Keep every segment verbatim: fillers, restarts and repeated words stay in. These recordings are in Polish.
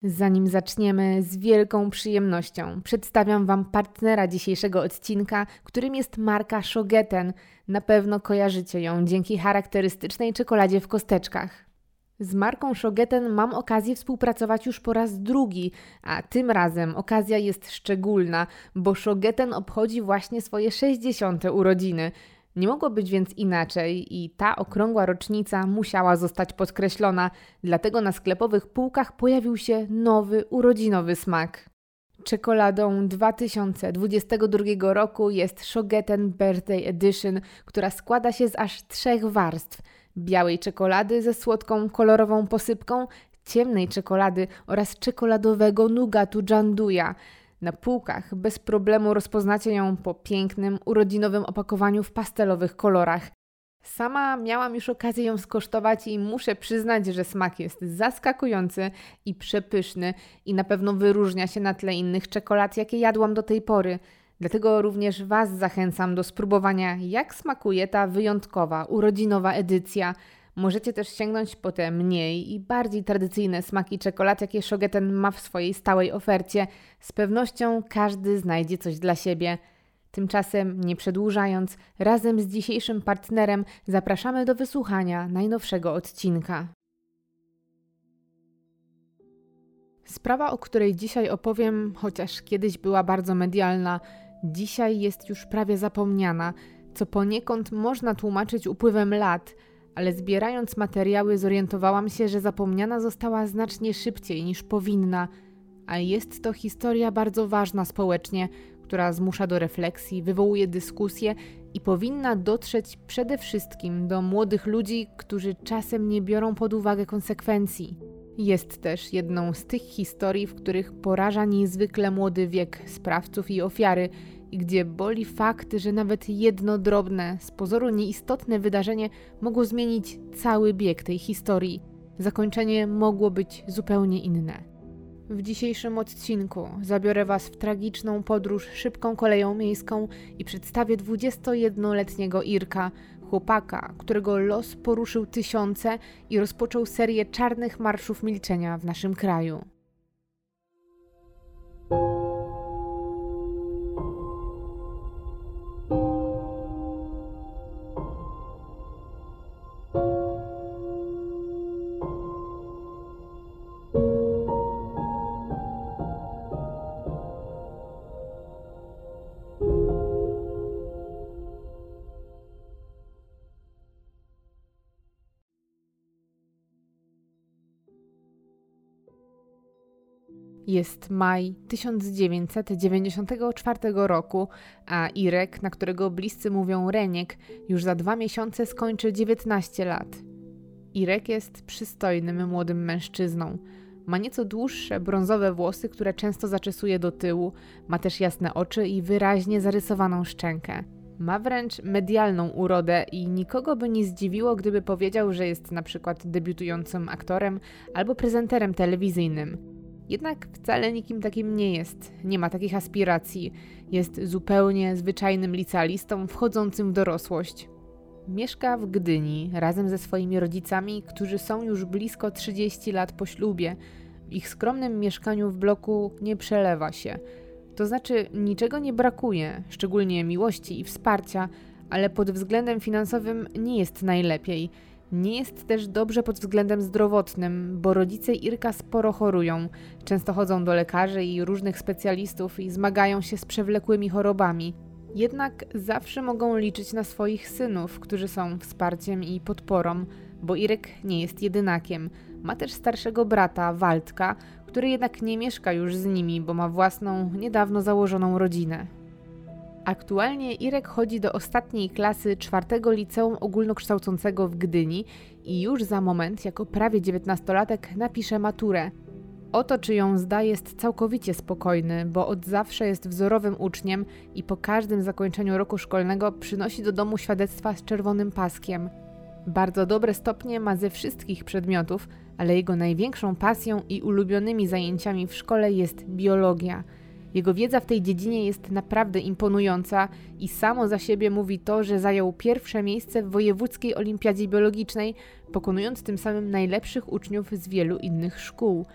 Zanim zaczniemy, z wielką przyjemnością przedstawiam Wam partnera dzisiejszego odcinka, którym jest marka Shogeten. Na pewno kojarzycie ją dzięki charakterystycznej czekoladzie w kosteczkach. Z marką Shogeten mam okazję współpracować już po raz drugi, a tym razem okazja jest szczególna, bo Shogeten obchodzi właśnie swoje sześćdziesiąte urodziny. Nie mogło być więc inaczej i ta okrągła rocznica musiała zostać podkreślona, dlatego na sklepowych półkach pojawił się nowy, urodzinowy smak. Czekoladą dwa tysiące dwudziestego drugiego roku jest Shogeten Birthday Edition, która składa się z aż trzech warstw: białej czekolady ze słodką, kolorową posypką, ciemnej czekolady oraz czekoladowego nugatu Gianduja. Na półkach bez problemu rozpoznacie ją po pięknym, urodzinowym opakowaniu w pastelowych kolorach. Sama miałam już okazję ją skosztować i muszę przyznać, że smak jest zaskakujący i przepyszny i na pewno wyróżnia się na tle innych czekolad, jakie jadłam do tej pory. Dlatego również Was zachęcam do spróbowania, jak smakuje ta wyjątkowa, urodzinowa edycja. Możecie też sięgnąć po te mniej i bardziej tradycyjne smaki czekolad, jakie Shogeten ma w swojej stałej ofercie. Z pewnością każdy znajdzie coś dla siebie. Tymczasem, nie przedłużając, razem z dzisiejszym partnerem zapraszamy do wysłuchania najnowszego odcinka. Sprawa, o której dzisiaj opowiem, chociaż kiedyś była bardzo medialna, dzisiaj jest już prawie zapomniana, co poniekąd można tłumaczyć upływem lat, ale zbierając materiały zorientowałam się, że zapomniana została znacznie szybciej niż powinna, a jest to historia bardzo ważna społecznie, która zmusza do refleksji, wywołuje dyskusję i powinna dotrzeć przede wszystkim do młodych ludzi, którzy czasem nie biorą pod uwagę konsekwencji. Jest też jedną z tych historii, w których poraża niezwykle młody wiek sprawców i ofiary i gdzie boli fakt, że nawet jedno drobne, z pozoru nieistotne wydarzenie mogło zmienić cały bieg tej historii. Zakończenie mogło być zupełnie inne. W dzisiejszym odcinku zabiorę Was w tragiczną podróż szybką koleją miejską i przedstawię dwudziestojednoletniego Irka, chłopaka, którego los poruszył tysiące i rozpoczął serię czarnych marszów milczenia w naszym kraju. Jest maj tysiąc dziewięćset dziewięćdziesiątego czwartego roku, a Irek, na którego bliscy mówią Reniek, już za dwa miesiące skończy dziewiętnaście lat. Irek jest przystojnym młodym mężczyzną. Ma nieco dłuższe, brązowe włosy, które często zaczesuje do tyłu, ma też jasne oczy i wyraźnie zarysowaną szczękę. Ma wręcz medialną urodę i nikogo by nie zdziwiło, gdyby powiedział, że jest na przykład debiutującym aktorem albo prezenterem telewizyjnym. Jednak wcale nikim takim nie jest, nie ma takich aspiracji. Jest zupełnie zwyczajnym licealistą wchodzącym w dorosłość. Mieszka w Gdyni razem ze swoimi rodzicami, którzy są już blisko trzydzieści lat po ślubie. W ich skromnym mieszkaniu w bloku nie przelewa się. To znaczy niczego nie brakuje, szczególnie miłości i wsparcia, ale pod względem finansowym nie jest najlepiej. Nie jest też dobrze pod względem zdrowotnym, bo rodzice Irka sporo chorują, często chodzą do lekarzy i różnych specjalistów i zmagają się z przewlekłymi chorobami. Jednak zawsze mogą liczyć na swoich synów, którzy są wsparciem i podporą, bo Irek nie jest jedynakiem. Ma też starszego brata, Waldka, który jednak nie mieszka już z nimi, bo ma własną, niedawno założoną rodzinę. Aktualnie Irek chodzi do ostatniej klasy czwartego liceum ogólnokształcącego w Gdyni i już za moment, jako prawie dziewiętnastolatek, napisze maturę. O to, czy ją zda, jest całkowicie spokojny, bo od zawsze jest wzorowym uczniem i po każdym zakończeniu roku szkolnego przynosi do domu świadectwa z czerwonym paskiem. Bardzo dobre stopnie ma ze wszystkich przedmiotów, ale jego największą pasją i ulubionymi zajęciami w szkole jest biologia. Jego wiedza w tej dziedzinie jest naprawdę imponująca i samo za siebie mówi to, że zajął pierwsze miejsce w wojewódzkiej olimpiadzie biologicznej, pokonując tym samym najlepszych uczniów z wielu innych szkół.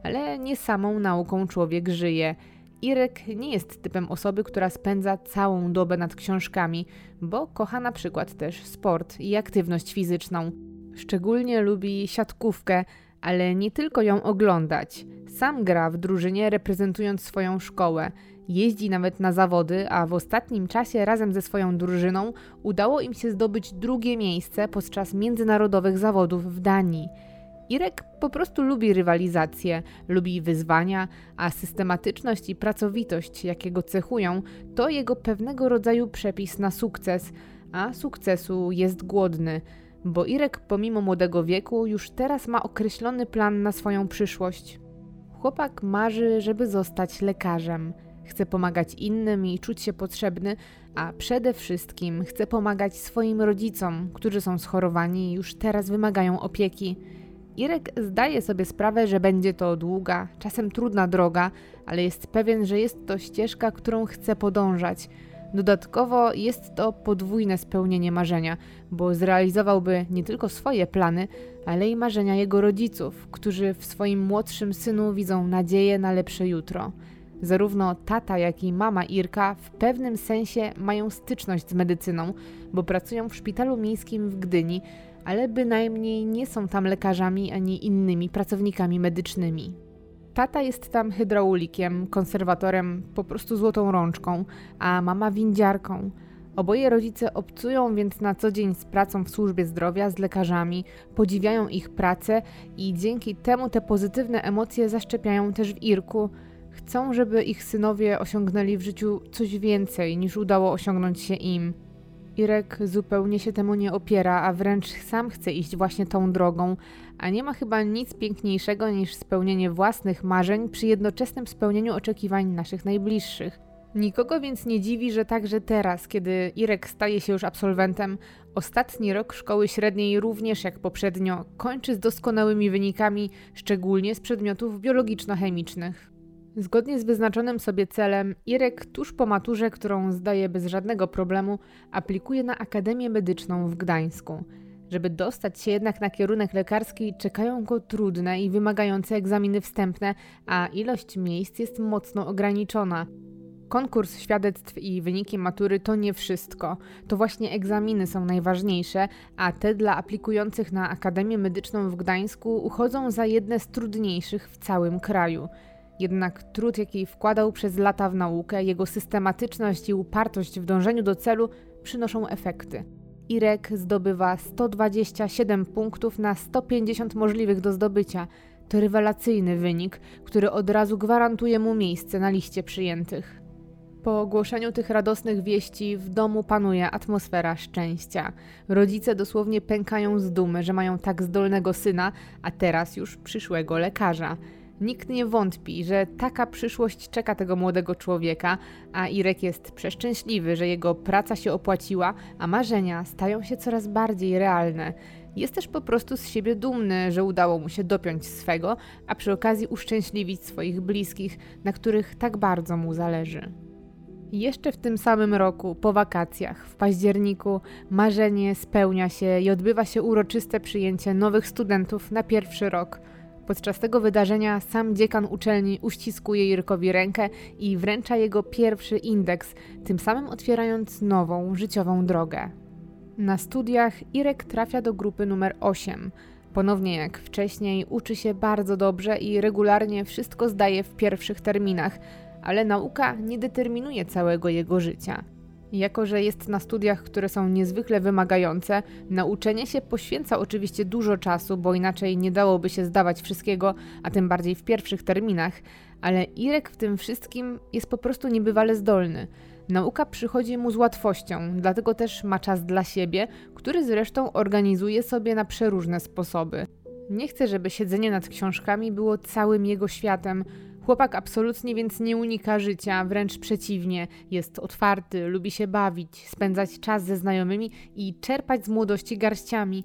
Ale nie samą nauką człowiek żyje. Irek nie jest typem osoby, która spędza całą dobę nad książkami, bo kocha na przykład też sport i aktywność fizyczną. Szczególnie lubi siatkówkę, ale nie tylko ją oglądać. Sam gra w drużynie, reprezentując swoją szkołę. Jeździ nawet na zawody, a w ostatnim czasie razem ze swoją drużyną udało im się zdobyć drugie miejsce podczas międzynarodowych zawodów w Danii. Irek po prostu lubi rywalizację, lubi wyzwania, a systematyczność i pracowitość, jakie go cechują, to jego pewnego rodzaju przepis na sukces, a sukcesu jest głodny, bo Irek pomimo młodego wieku już teraz ma określony plan na swoją przyszłość. Chłopak marzy, żeby zostać lekarzem. Chce pomagać innym i czuć się potrzebny, a przede wszystkim chce pomagać swoim rodzicom, którzy są schorowani i już teraz wymagają opieki. Irek zdaje sobie sprawę, że będzie to długa, czasem trudna droga, ale jest pewien, że jest to ścieżka, którą chce podążać. Dodatkowo jest to podwójne spełnienie marzenia, bo zrealizowałby nie tylko swoje plany, ale i marzenia jego rodziców, którzy w swoim młodszym synu widzą nadzieję na lepsze jutro. Zarówno tata, jak i mama Irka w pewnym sensie mają styczność z medycyną, bo pracują w szpitalu miejskim w Gdyni, ale bynajmniej nie są tam lekarzami ani innymi pracownikami medycznymi. Tata jest tam hydraulikiem, konserwatorem, po prostu złotą rączką, a mama windziarką. Oboje rodzice obcują więc na co dzień z pracą w służbie zdrowia, z lekarzami, podziwiają ich pracę i dzięki temu te pozytywne emocje zaszczepiają też w Irku. Chcą, żeby ich synowie osiągnęli w życiu coś więcej niż udało osiągnąć się im. Irek zupełnie się temu nie opiera, a wręcz sam chce iść właśnie tą drogą, a nie ma chyba nic piękniejszego niż spełnienie własnych marzeń przy jednoczesnym spełnieniu oczekiwań naszych najbliższych. Nikogo więc nie dziwi, że także teraz, kiedy Irek staje się już absolwentem, ostatni rok szkoły średniej również jak poprzednio kończy z doskonałymi wynikami, szczególnie z przedmiotów biologiczno-chemicznych. Zgodnie z wyznaczonym sobie celem, Irek tuż po maturze, którą zdaje bez żadnego problemu, aplikuje na Akademię Medyczną w Gdańsku. Żeby dostać się jednak na kierunek lekarski, czekają go trudne i wymagające egzaminy wstępne, a ilość miejsc jest mocno ograniczona. Konkurs świadectw i wyniki matury to nie wszystko. To właśnie egzaminy są najważniejsze, a te dla aplikujących na Akademię Medyczną w Gdańsku uchodzą za jedne z trudniejszych w całym kraju. Jednak trud, jaki wkładał przez lata w naukę, jego systematyczność i upartość w dążeniu do celu przynoszą efekty. Irek zdobywa sto dwadzieścia siedem punktów na sto pięćdziesiąt możliwych do zdobycia. To rewelacyjny wynik, który od razu gwarantuje mu miejsce na liście przyjętych. Po ogłoszeniu tych radosnych wieści w domu panuje atmosfera szczęścia. Rodzice dosłownie pękają z dumy, że mają tak zdolnego syna, a teraz już przyszłego lekarza. Nikt nie wątpi, że taka przyszłość czeka tego młodego człowieka, a Irek jest przeszczęśliwy, że jego praca się opłaciła, a marzenia stają się coraz bardziej realne. Jest też po prostu z siebie dumny, że udało mu się dopiąć swego, a przy okazji uszczęśliwić swoich bliskich, na których tak bardzo mu zależy. Jeszcze w tym samym roku, po wakacjach, w październiku, marzenie spełnia się i odbywa się uroczyste przyjęcie nowych studentów na pierwszy rok. Podczas tego wydarzenia sam dziekan uczelni uściskuje Irkowi rękę i wręcza jego pierwszy indeks, tym samym otwierając nową, życiową drogę. Na studiach Irek trafia do grupy numer osiem. Ponownie jak wcześniej uczy się bardzo dobrze i regularnie wszystko zdaje w pierwszych terminach, ale nauka nie determinuje całego jego życia. Jako że jest na studiach, które są niezwykle wymagające, na uczenie się poświęca oczywiście dużo czasu, bo inaczej nie dałoby się zdawać wszystkiego, a tym bardziej w pierwszych terminach, ale Irek w tym wszystkim jest po prostu niebywale zdolny. Nauka przychodzi mu z łatwością, dlatego też ma czas dla siebie, który zresztą organizuje sobie na przeróżne sposoby. Nie chce, żeby siedzenie nad książkami było całym jego światem. Chłopak absolutnie więc nie unika życia, wręcz przeciwnie. Jest otwarty, lubi się bawić, spędzać czas ze znajomymi i czerpać z młodości garściami.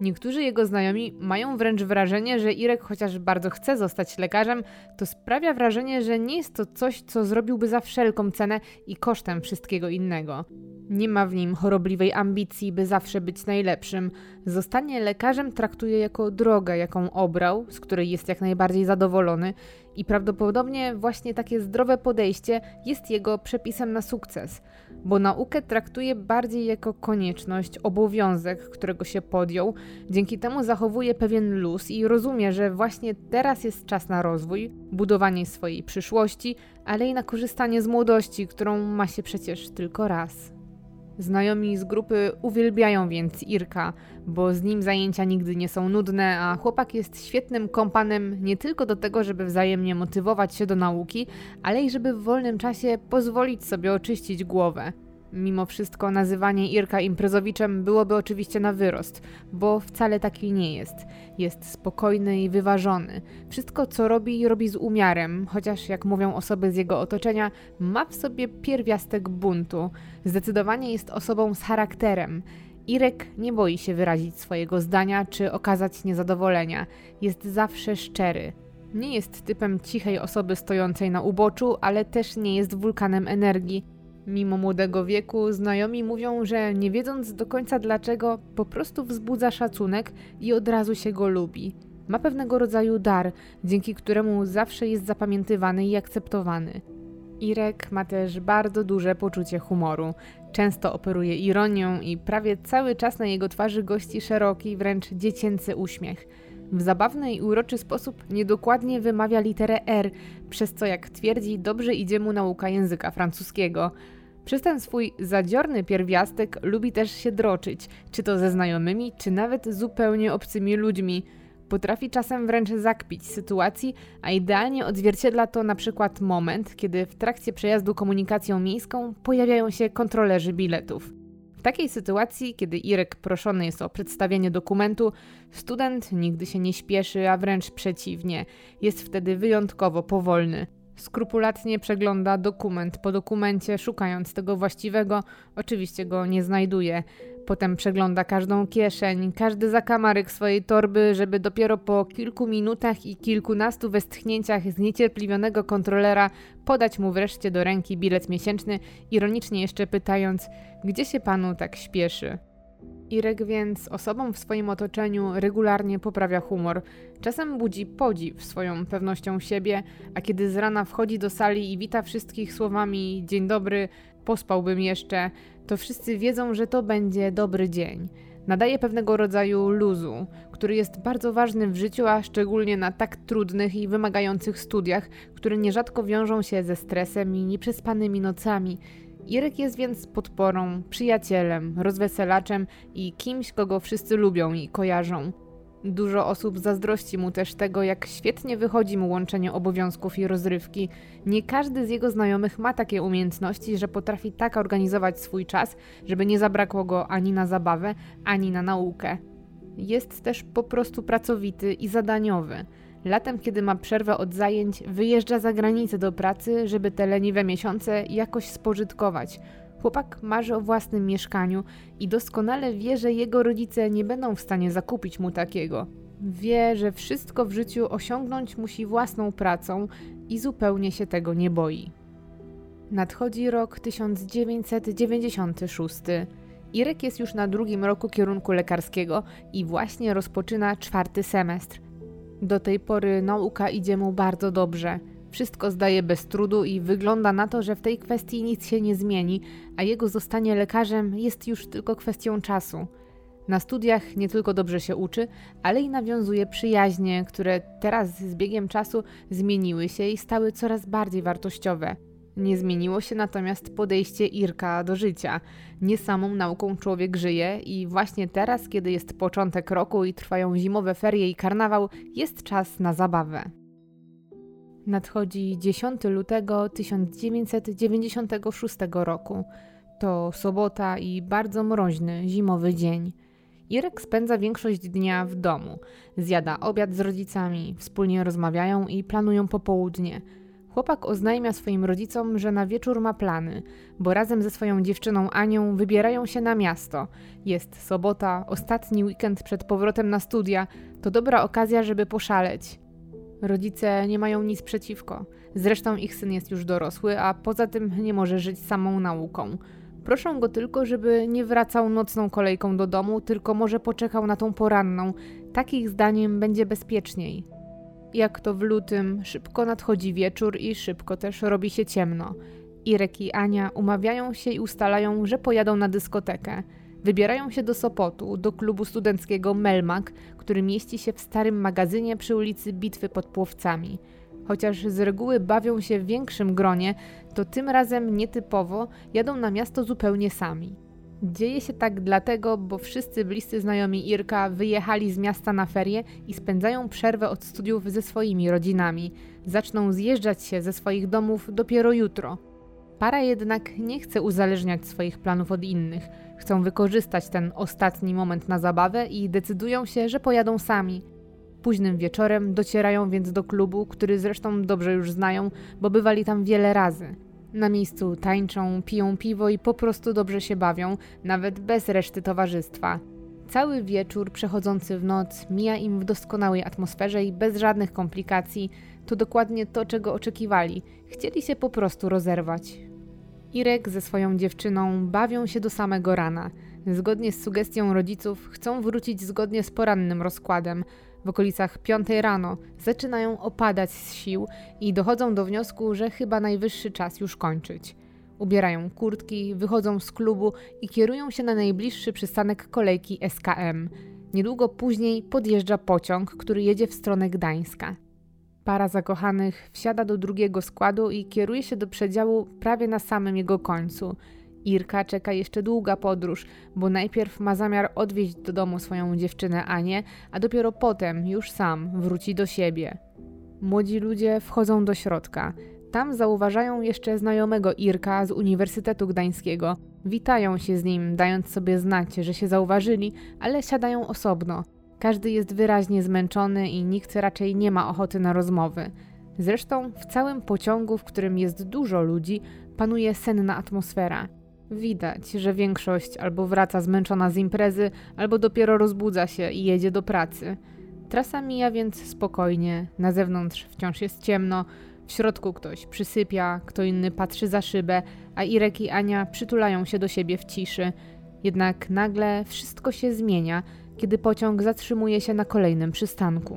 Niektórzy jego znajomi mają wręcz wrażenie, że Irek, chociaż bardzo chce zostać lekarzem, to sprawia wrażenie, że nie jest to coś, co zrobiłby za wszelką cenę i kosztem wszystkiego innego. Nie ma w nim chorobliwej ambicji, by zawsze być najlepszym. Zostanie lekarzem traktuje jako drogę, jaką obrał, z której jest jak najbardziej zadowolony i prawdopodobnie właśnie takie zdrowe podejście jest jego przepisem na sukces, bo naukę traktuje bardziej jako konieczność, obowiązek, którego się podjął. Dzięki temu zachowuje pewien luz i rozumie, że właśnie teraz jest czas na rozwój, budowanie swojej przyszłości, ale i na korzystanie z młodości, którą ma się przecież tylko raz. Znajomi z grupy uwielbiają więc Irka, bo z nim zajęcia nigdy nie są nudne, a chłopak jest świetnym kompanem nie tylko do tego, żeby wzajemnie motywować się do nauki, ale i żeby w wolnym czasie pozwolić sobie oczyścić głowę. Mimo wszystko nazywanie Irka imprezowiczem byłoby oczywiście na wyrost, bo wcale taki nie jest. Jest spokojny i wyważony. Wszystko co robi, robi z umiarem, chociaż jak mówią osoby z jego otoczenia, ma w sobie pierwiastek buntu. Zdecydowanie jest osobą z charakterem. Irek nie boi się wyrazić swojego zdania czy okazać niezadowolenia. Jest zawsze szczery. Nie jest typem cichej osoby stojącej na uboczu, ale też nie jest wulkanem energii. Mimo młodego wieku znajomi mówią, że nie wiedząc do końca dlaczego, po prostu wzbudza szacunek i od razu się go lubi. Ma pewnego rodzaju dar, dzięki któremu zawsze jest zapamiętywany i akceptowany. Irek ma też bardzo duże poczucie humoru. Często operuje ironią i prawie cały czas na jego twarzy gości szeroki, wręcz dziecięcy uśmiech. W zabawny i uroczy sposób niedokładnie wymawia literę R, przez co, jak twierdzi, dobrze idzie mu nauka języka francuskiego. Przez ten swój zadziorny pierwiastek lubi też się droczyć, czy to ze znajomymi, czy nawet zupełnie obcymi ludźmi. Potrafi czasem wręcz zakpić sytuacji, a idealnie odzwierciedla to na przykład moment, kiedy w trakcie przejazdu komunikacją miejską pojawiają się kontrolerzy biletów. W takiej sytuacji, kiedy Irek proszony jest o przedstawienie dokumentu, student nigdy się nie śpieszy, a wręcz przeciwnie. Jest wtedy wyjątkowo powolny. Skrupulatnie przegląda dokument po dokumencie, szukając tego właściwego, oczywiście go nie znajduje. Potem przegląda każdą kieszeń, każdy zakamarek swojej torby, żeby dopiero po kilku minutach i kilkunastu westchnięciach zniecierpliwionego kontrolera podać mu wreszcie do ręki bilet miesięczny, ironicznie jeszcze pytając, gdzie się panu tak śpieszy. Irek więc osobom w swoim otoczeniu regularnie poprawia humor. Czasem budzi podziw swoją pewnością siebie, a kiedy z rana wchodzi do sali i wita wszystkich słowami dzień dobry, pospałbym jeszcze, to wszyscy wiedzą, że to będzie dobry dzień. Nadaje pewnego rodzaju luzu, który jest bardzo ważny w życiu, a szczególnie na tak trudnych i wymagających studiach, które nierzadko wiążą się ze stresem i nieprzespanymi nocami. Irek jest więc podporą, przyjacielem, rozweselaczem i kimś, kogo wszyscy lubią i kojarzą. Dużo osób zazdrości mu też tego, jak świetnie wychodzi mu łączenie obowiązków i rozrywki. Nie każdy z jego znajomych ma takie umiejętności, że potrafi tak organizować swój czas, żeby nie zabrakło go ani na zabawę, ani na naukę. Jest też po prostu pracowity i zadaniowy. Latem, kiedy ma przerwę od zajęć, wyjeżdża za granicę do pracy, żeby te leniwe miesiące jakoś spożytkować. Chłopak marzy o własnym mieszkaniu i doskonale wie, że jego rodzice nie będą w stanie zakupić mu takiego. Wie, że wszystko w życiu osiągnąć musi własną pracą i zupełnie się tego nie boi. Nadchodzi rok tysiąc dziewięćset dziewięćdziesiąty szósty. Irek jest już na drugim roku kierunku lekarskiego i właśnie rozpoczyna czwarty semestr. Do tej pory nauka idzie mu bardzo dobrze. Wszystko zdaje bez trudu i wygląda na to, że w tej kwestii nic się nie zmieni, a jego zostanie lekarzem jest już tylko kwestią czasu. Na studiach nie tylko dobrze się uczy, ale i nawiązuje przyjaźnie, które teraz z biegiem czasu zmieniły się i stały coraz bardziej wartościowe. Nie zmieniło się natomiast podejście Irka do życia. Nie samą nauką człowiek żyje i właśnie teraz, kiedy jest początek roku i trwają zimowe ferie i karnawał, jest czas na zabawę. Nadchodzi dziesiątego lutego tysiąc dziewięćset dziewięćdziesiątego szóstego roku. To sobota i bardzo mroźny, zimowy dzień. Irek spędza większość dnia w domu. Zjada obiad z rodzicami, wspólnie rozmawiają i planują popołudnie. Chłopak oznajmia swoim rodzicom, że na wieczór ma plany, bo razem ze swoją dziewczyną Anią wybierają się na miasto. Jest sobota, ostatni weekend przed powrotem na studia, to dobra okazja, żeby poszaleć. Rodzice nie mają nic przeciwko. Zresztą ich syn jest już dorosły, a poza tym nie może żyć samą nauką. Proszą go tylko, żeby nie wracał nocną kolejką do domu, tylko może poczekał na tą poranną. Tak ich zdaniem będzie bezpieczniej. Jak to w lutym, szybko nadchodzi wieczór i szybko też robi się ciemno. Irek i Ania umawiają się i ustalają, że pojadą na dyskotekę. Wybierają się do Sopotu, do klubu studenckiego Melmak, który mieści się w starym magazynie przy ulicy Bitwy pod Płowcami. Chociaż z reguły bawią się w większym gronie, to tym razem nietypowo jadą na miasto zupełnie sami. Dzieje się tak dlatego, bo wszyscy bliscy znajomi Irka wyjechali z miasta na ferie i spędzają przerwę od studiów ze swoimi rodzinami. Zaczną zjeżdżać się ze swoich domów dopiero jutro. Para jednak nie chce uzależniać swoich planów od innych. Chcą wykorzystać ten ostatni moment na zabawę i decydują się, że pojadą sami. Późnym wieczorem docierają więc do klubu, który zresztą dobrze już znają, bo bywali tam wiele razy. Na miejscu tańczą, piją piwo i po prostu dobrze się bawią, nawet bez reszty towarzystwa. Cały wieczór przechodzący w noc mija im w doskonałej atmosferze i bez żadnych komplikacji. To dokładnie to, czego oczekiwali. Chcieli się po prostu rozerwać. Irek ze swoją dziewczyną bawią się do samego rana. Zgodnie z sugestią rodziców chcą wrócić zgodnie z porannym rozkładem. W okolicach piątej rano zaczynają opadać z sił i dochodzą do wniosku, że chyba najwyższy czas już kończyć. Ubierają kurtki, wychodzą z klubu i kierują się na najbliższy przystanek kolejki S K M. Niedługo później podjeżdża pociąg, który jedzie w stronę Gdańska. Para zakochanych wsiada do drugiego składu i kieruje się do przedziału prawie na samym jego końcu. Irka czeka jeszcze długa podróż, bo najpierw ma zamiar odwieźć do domu swoją dziewczynę Anię, a dopiero potem już sam wróci do siebie. Młodzi ludzie wchodzą do środka. Tam zauważają jeszcze znajomego Irka z Uniwersytetu Gdańskiego. Witają się z nim, dając sobie znać, że się zauważyli, ale siadają osobno. Każdy jest wyraźnie zmęczony i nikt raczej nie ma ochoty na rozmowy. Zresztą w całym pociągu, w którym jest dużo ludzi, panuje senna atmosfera. Widać, że większość albo wraca zmęczona z imprezy, albo dopiero rozbudza się i jedzie do pracy. Trasa mija więc spokojnie, na zewnątrz wciąż jest ciemno, w środku ktoś przysypia, kto inny patrzy za szybę, a Irek i Ania przytulają się do siebie w ciszy. Jednak nagle wszystko się zmienia, kiedy pociąg zatrzymuje się na kolejnym przystanku.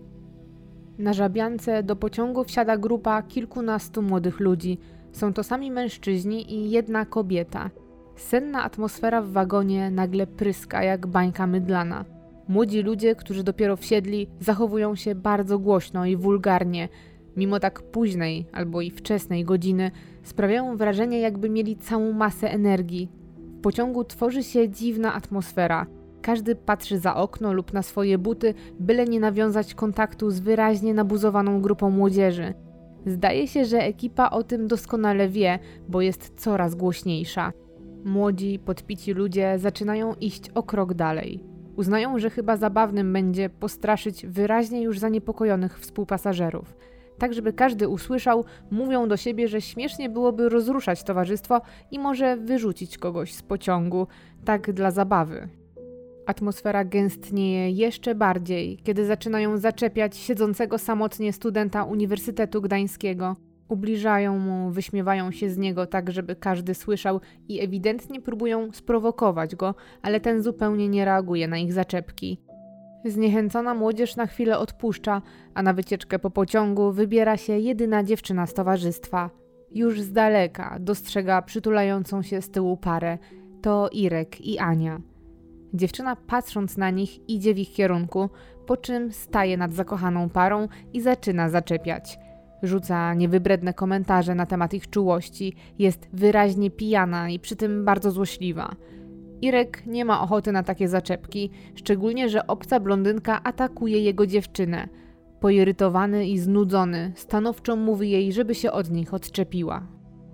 Na Żabiance do pociągu wsiada grupa kilkunastu młodych ludzi. Są to sami mężczyźni i jedna kobieta. Senna atmosfera w wagonie nagle pryska jak bańka mydlana. Młodzi ludzie, którzy dopiero wsiedli, zachowują się bardzo głośno i wulgarnie. Mimo tak późnej albo i wczesnej godziny sprawiają wrażenie, jakby mieli całą masę energii. W pociągu tworzy się dziwna atmosfera. Każdy patrzy za okno lub na swoje buty, byle nie nawiązać kontaktu z wyraźnie nabuzowaną grupą młodzieży. Zdaje się, że ekipa o tym doskonale wie, bo jest coraz głośniejsza. Młodzi, podpici ludzie zaczynają iść o krok dalej. Uznają, że chyba zabawnym będzie postraszyć wyraźnie już zaniepokojonych współpasażerów. Tak, żeby każdy usłyszał, mówią do siebie, że śmiesznie byłoby rozruszać towarzystwo i może wyrzucić kogoś z pociągu, tak dla zabawy. Atmosfera gęstnieje jeszcze bardziej, kiedy zaczynają zaczepiać siedzącego samotnie studenta Uniwersytetu Gdańskiego. Ubliżają mu, wyśmiewają się z niego tak, żeby każdy słyszał i ewidentnie próbują sprowokować go, ale ten zupełnie nie reaguje na ich zaczepki. Zniechęcona młodzież na chwilę odpuszcza, a na wycieczkę po pociągu wybiera się jedyna dziewczyna z towarzystwa. Już z daleka dostrzega przytulającą się z tyłu parę. To Irek i Ania. Dziewczyna, patrząc na nich, idzie w ich kierunku, po czym staje nad zakochaną parą i zaczyna zaczepiać. Rzuca niewybredne komentarze na temat ich czułości, jest wyraźnie pijana i przy tym bardzo złośliwa. Irek nie ma ochoty na takie zaczepki, szczególnie że obca blondynka atakuje jego dziewczynę. Poirytowany i znudzony, stanowczo mówi jej, żeby się od nich odczepiła.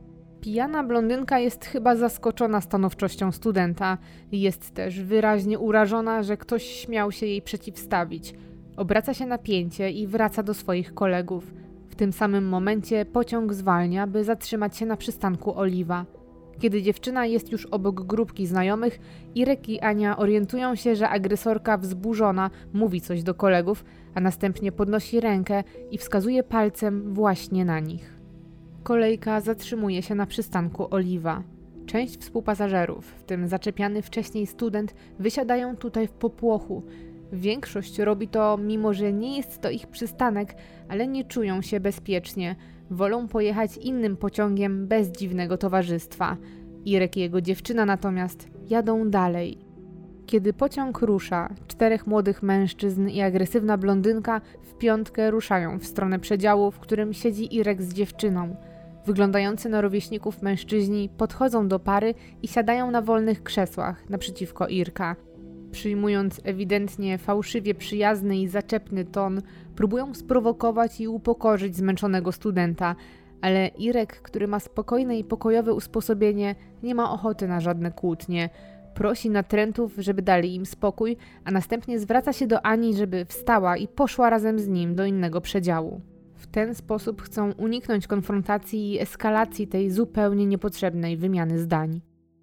Pijana blondynka jest chyba zaskoczona stanowczością studenta. Jest też wyraźnie urażona, że ktoś śmiał się jej przeciwstawić. Obraca się na pięcie i wraca do swoich kolegów. W tym samym momencie pociąg zwalnia, by zatrzymać się na przystanku Oliwa. Kiedy dziewczyna jest już obok grupki znajomych, Irek i Ania orientują się, że agresorka wzburzona mówi coś do kolegów, a następnie podnosi rękę i wskazuje palcem właśnie na nich. Kolejka zatrzymuje się na przystanku Oliwa. Część współpasażerów, w tym zaczepiany wcześniej student, wysiadają tutaj w popłochu. Większość robi to, mimo że nie jest to ich przystanek, ale nie czują się bezpiecznie. Wolą pojechać innym pociągiem bez dziwnego towarzystwa. Irek i jego dziewczyna natomiast jadą dalej. Kiedy pociąg rusza, czterech młodych mężczyzn i agresywna blondynka w piątkę ruszają w stronę przedziału, w którym siedzi Irek z dziewczyną. Wyglądający na rówieśników mężczyźni podchodzą do pary i siadają na wolnych krzesłach naprzeciwko Irka. Przyjmując ewidentnie fałszywie przyjazny i zaczepny ton, próbują sprowokować i upokorzyć zmęczonego studenta, ale Irek, który ma spokojne i pokojowe usposobienie, nie ma ochoty na żadne kłótnie. Prosi natrętów, żeby dali im spokój, a następnie zwraca się do Ani, żeby wstała i poszła razem z nim do innego przedziału. W ten sposób chcą uniknąć konfrontacji i eskalacji tej zupełnie niepotrzebnej wymiany zdań.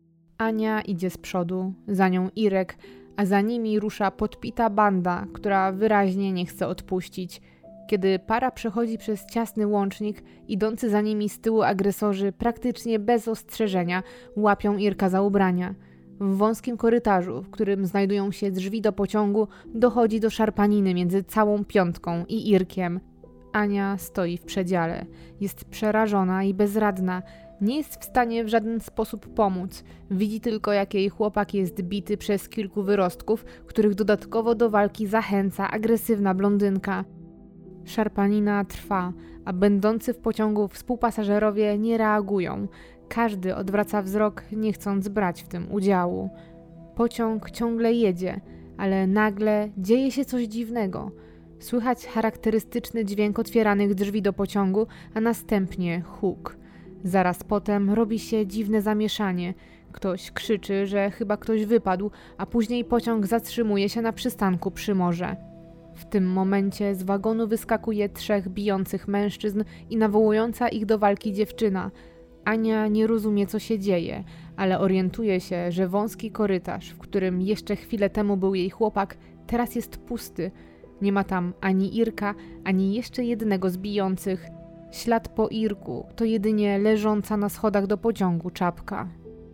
Ania idzie z przodu, za nią Irek, a za nimi rusza podpita banda, która wyraźnie nie chce odpuścić. Kiedy para przechodzi przez ciasny łącznik, idący za nimi z tyłu agresorzy praktycznie bez ostrzeżenia łapią Irka za ubrania. W wąskim korytarzu, w którym znajdują się drzwi do pociągu, dochodzi do szarpaniny między całą piątką i Irkiem. Ania stoi w przedziale. Jest przerażona i bezradna. Nie jest w stanie w żaden sposób pomóc. Widzi tylko, jak jej chłopak jest bity przez kilku wyrostków, których dodatkowo do walki zachęca agresywna blondynka. Szarpanina trwa, a będący w pociągu współpasażerowie nie reagują. Każdy odwraca wzrok, nie chcąc brać w tym udziału. Pociąg ciągle jedzie, ale nagle dzieje się coś dziwnego. Słychać charakterystyczny dźwięk otwieranych drzwi do pociągu, a następnie huk. Zaraz potem robi się dziwne zamieszanie. Ktoś krzyczy, że chyba ktoś wypadł, a później pociąg zatrzymuje się na przystanku przy morze. W tym momencie z wagonu wyskakuje trzech bijących mężczyzn i nawołująca ich do walki dziewczyna. Ania nie rozumie, co się dzieje, ale orientuje się, że wąski korytarz, w którym jeszcze chwilę temu był jej chłopak, teraz jest pusty. Nie ma tam ani Irka, ani jeszcze jednego z bijących. Ślad po Irku to jedynie leżąca na schodach do pociągu czapka.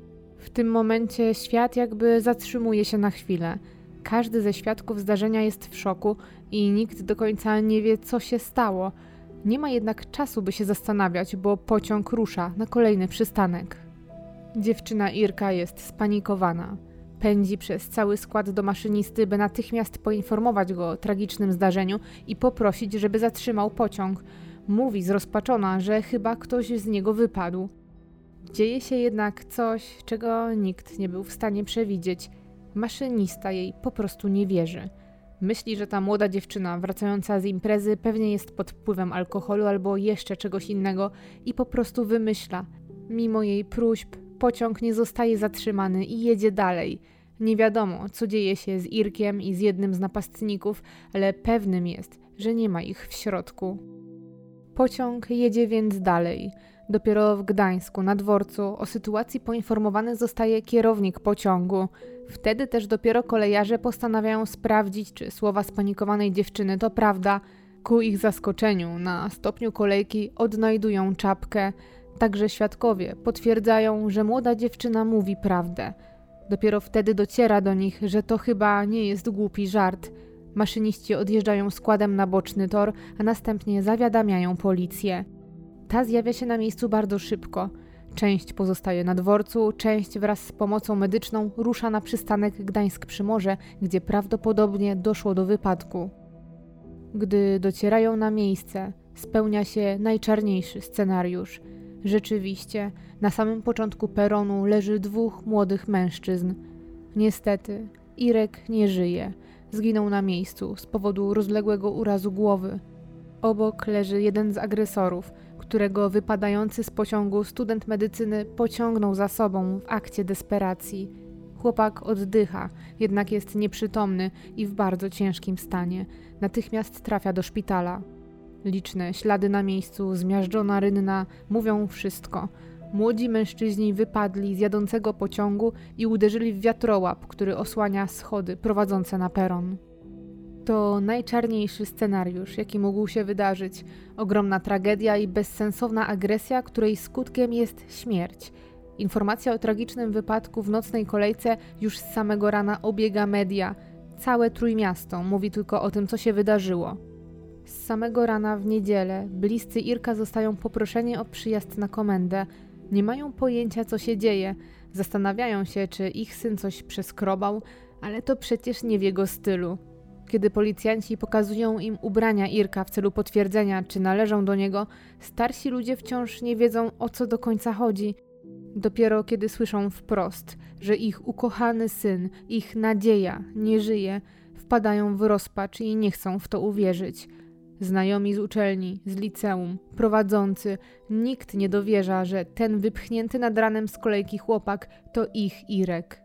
W tym momencie świat jakby zatrzymuje się na chwilę. Każdy ze świadków zdarzenia jest w szoku i nikt do końca nie wie, co się stało. Nie ma jednak czasu, by się zastanawiać, bo pociąg rusza na kolejny przystanek. Dziewczyna Irka jest spanikowana. Pędzi przez cały skład do maszynisty, by natychmiast poinformować go o tragicznym zdarzeniu i poprosić, żeby zatrzymał pociąg. Mówi zrozpaczona, że chyba ktoś z niego wypadł. Dzieje się jednak coś, czego nikt nie był w stanie przewidzieć. Maszynista jej po prostu nie wierzy. Myśli, że ta młoda dziewczyna wracająca z imprezy pewnie jest pod wpływem alkoholu albo jeszcze czegoś innego i po prostu wymyśla. Mimo jej próśb pociąg nie zostaje zatrzymany i jedzie dalej. Nie wiadomo, co dzieje się z Irkiem i z jednym z napastników, ale pewnym jest, że nie ma ich w środku. Pociąg jedzie więc dalej. Dopiero w Gdańsku, na dworcu, o sytuacji poinformowany zostaje kierownik pociągu. Wtedy też dopiero kolejarze postanawiają sprawdzić, czy słowa spanikowanej dziewczyny to prawda. Ku ich zaskoczeniu na stopniu kolejki odnajdują czapkę. Także świadkowie potwierdzają, że młoda dziewczyna mówi prawdę. Dopiero wtedy dociera do nich, że to chyba nie jest głupi żart. Maszyniści odjeżdżają składem na boczny tor, a następnie zawiadamiają policję. Ta zjawia się na miejscu bardzo szybko. Część pozostaje na dworcu, część wraz z pomocą medyczną rusza na przystanek Gdańsk-Przymorze, gdzie prawdopodobnie doszło do wypadku. Gdy docierają na miejsce, spełnia się najczarniejszy scenariusz. Rzeczywiście, na samym początku peronu leży dwóch młodych mężczyzn. Niestety, Irek nie żyje. Zginął na miejscu z powodu rozległego urazu głowy. Obok leży jeden z agresorów, którego wypadający z pociągu student medycyny pociągnął za sobą w akcie desperacji. Chłopak oddycha, jednak jest nieprzytomny i w bardzo ciężkim stanie. Natychmiast trafia do szpitala. Liczne ślady na miejscu, zmiażdżona rynna mówią wszystko. Młodzi mężczyźni wypadli z jadącego pociągu i uderzyli w wiatrołap, który osłania schody prowadzące na peron. To najczarniejszy scenariusz, jaki mógł się wydarzyć. Ogromna tragedia i bezsensowna agresja, której skutkiem jest śmierć. Informacja o tragicznym wypadku w nocnej kolejce już z samego rana obiega media. Całe Trójmiasto mówi tylko o tym, co się wydarzyło. Z samego rana w niedzielę bliscy Irka zostają poproszeni o przyjazd na komendę. Nie mają pojęcia, co się dzieje. Zastanawiają się, czy ich syn coś przeskrobał, ale to przecież nie w jego stylu. Kiedy policjanci pokazują im ubrania Irka w celu potwierdzenia, czy należą do niego, starsi ludzie wciąż nie wiedzą, o co do końca chodzi. Dopiero kiedy słyszą wprost, że ich ukochany syn, ich nadzieja nie żyje, wpadają w rozpacz i nie chcą w to uwierzyć. Znajomi z uczelni, z liceum, prowadzący, nikt nie dowierza, że ten wypchnięty nad ranem z kolejki chłopak to ich Irek.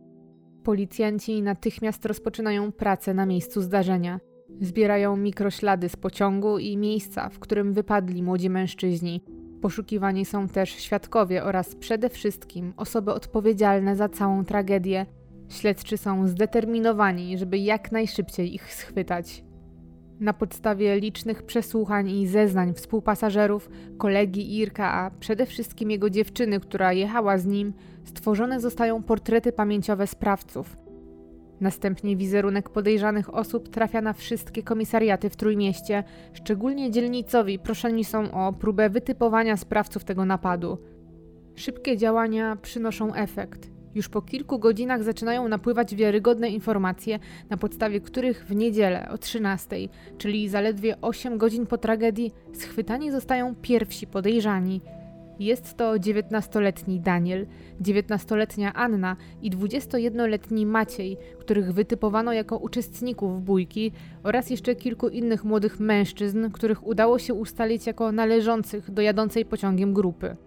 Policjanci natychmiast rozpoczynają pracę na miejscu zdarzenia. Zbierają mikroślady z pociągu i miejsca, w którym wypadli młodzi mężczyźni. Poszukiwani są też świadkowie oraz przede wszystkim osoby odpowiedzialne za całą tragedię. Śledczy są zdeterminowani, żeby jak najszybciej ich schwytać. Na podstawie licznych przesłuchań i zeznań współpasażerów, kolegi Irka, a przede wszystkim jego dziewczyny, która jechała z nim, stworzone zostają portrety pamięciowe sprawców. Następnie wizerunek podejrzanych osób trafia na wszystkie komisariaty w Trójmieście, szczególnie dzielnicowi proszeni są o próbę wytypowania sprawców tego napadu. Szybkie działania przynoszą efekt. Już po kilku godzinach zaczynają napływać wiarygodne informacje, na podstawie których w niedzielę o trzynastej, czyli zaledwie osiem godzin po tragedii, schwytani zostają pierwsi podejrzani. Jest to dziewiętnastoletni Daniel, dziewiętnastoletnia Anna i dwudziestojednoletni Maciej, których wytypowano jako uczestników bójki, oraz jeszcze kilku innych młodych mężczyzn, których udało się ustalić jako należących do jadącej pociągiem grupy.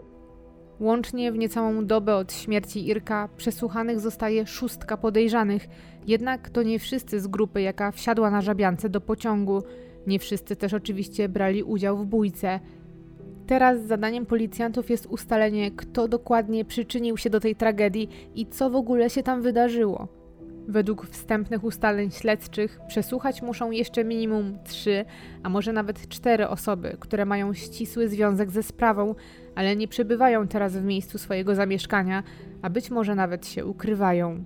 Łącznie w niecałą dobę od śmierci Irka przesłuchanych zostaje szóstka podejrzanych, jednak to nie wszyscy z grupy, jaka wsiadła na Żabiance do pociągu. Nie wszyscy też oczywiście brali udział w bójce. Teraz zadaniem policjantów jest ustalenie, kto dokładnie przyczynił się do tej tragedii i co w ogóle się tam wydarzyło. Według wstępnych ustaleń śledczych przesłuchać muszą jeszcze minimum trzy, a może nawet cztery osoby, które mają ścisły związek ze sprawą, ale nie przebywają teraz w miejscu swojego zamieszkania, a być może nawet się ukrywają.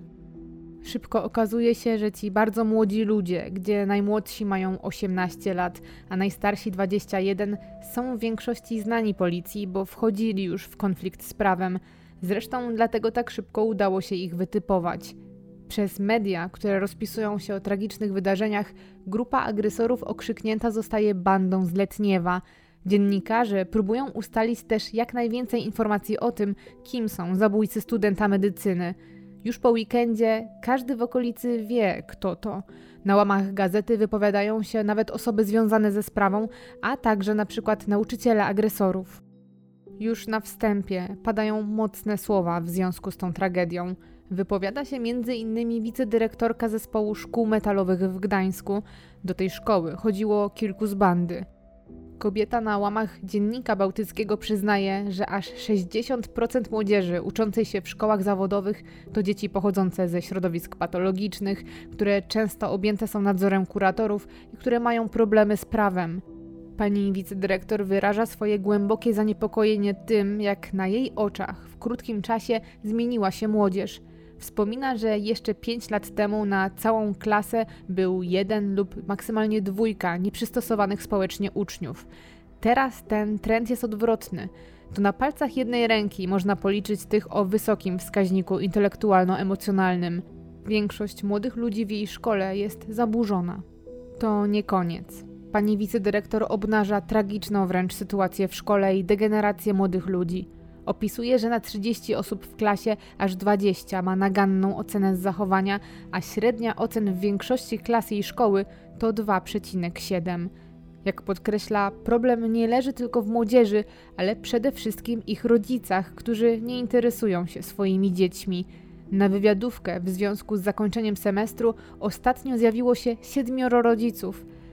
Szybko okazuje się, że ci bardzo młodzi ludzie, gdzie najmłodsi mają osiemnaście lat, a najstarsi dwadzieścia jeden, są w większości znani policji, bo wchodzili już w konflikt z prawem. Zresztą dlatego tak szybko udało się ich wytypować. Przez media, które rozpisują się o tragicznych wydarzeniach, grupa agresorów okrzyknięta zostaje bandą z Letniewa. Dziennikarze próbują ustalić też jak najwięcej informacji o tym, kim są zabójcy studenta medycyny. Już po weekendzie każdy w okolicy wie, kto to. Na łamach gazety wypowiadają się nawet osoby związane ze sprawą, a także na przykład nauczyciele agresorów. Już na wstępie padają mocne słowa w związku z tą tragedią. Wypowiada się między innymi wicedyrektorka zespołu szkół metalowych w Gdańsku. Do tej szkoły chodziło kilku z bandy. Kobieta na łamach Dziennika Bałtyckiego przyznaje, że aż sześćdziesiąt procent młodzieży uczącej się w szkołach zawodowych to dzieci pochodzące ze środowisk patologicznych, które często objęte są nadzorem kuratorów i które mają problemy z prawem. Pani wicedyrektor wyraża swoje głębokie zaniepokojenie tym, jak na jej oczach w krótkim czasie zmieniła się młodzież. Wspomina, że jeszcze pięć lat temu na całą klasę był jeden lub maksymalnie dwójka nieprzystosowanych społecznie uczniów. Teraz ten trend jest odwrotny. To na palcach jednej ręki można policzyć tych o wysokim wskaźniku intelektualno-emocjonalnym. Większość młodych ludzi w jej szkole jest zaburzona. To nie koniec. Pani wicedyrektor obnaża tragiczną wręcz sytuację w szkole i degenerację młodych ludzi. Opisuje, że na trzydzieści osób w klasie aż dwadzieścia ma naganną ocenę z zachowania, a średnia ocen w większości klas jej szkoły to dwa przecinek siedem. Jak podkreśla, problem nie leży tylko w młodzieży, ale przede wszystkim ich rodzicach, którzy nie interesują się swoimi dziećmi. Na wywiadówkę w związku z zakończeniem semestru ostatnio zjawiło się siedmioro rodziców.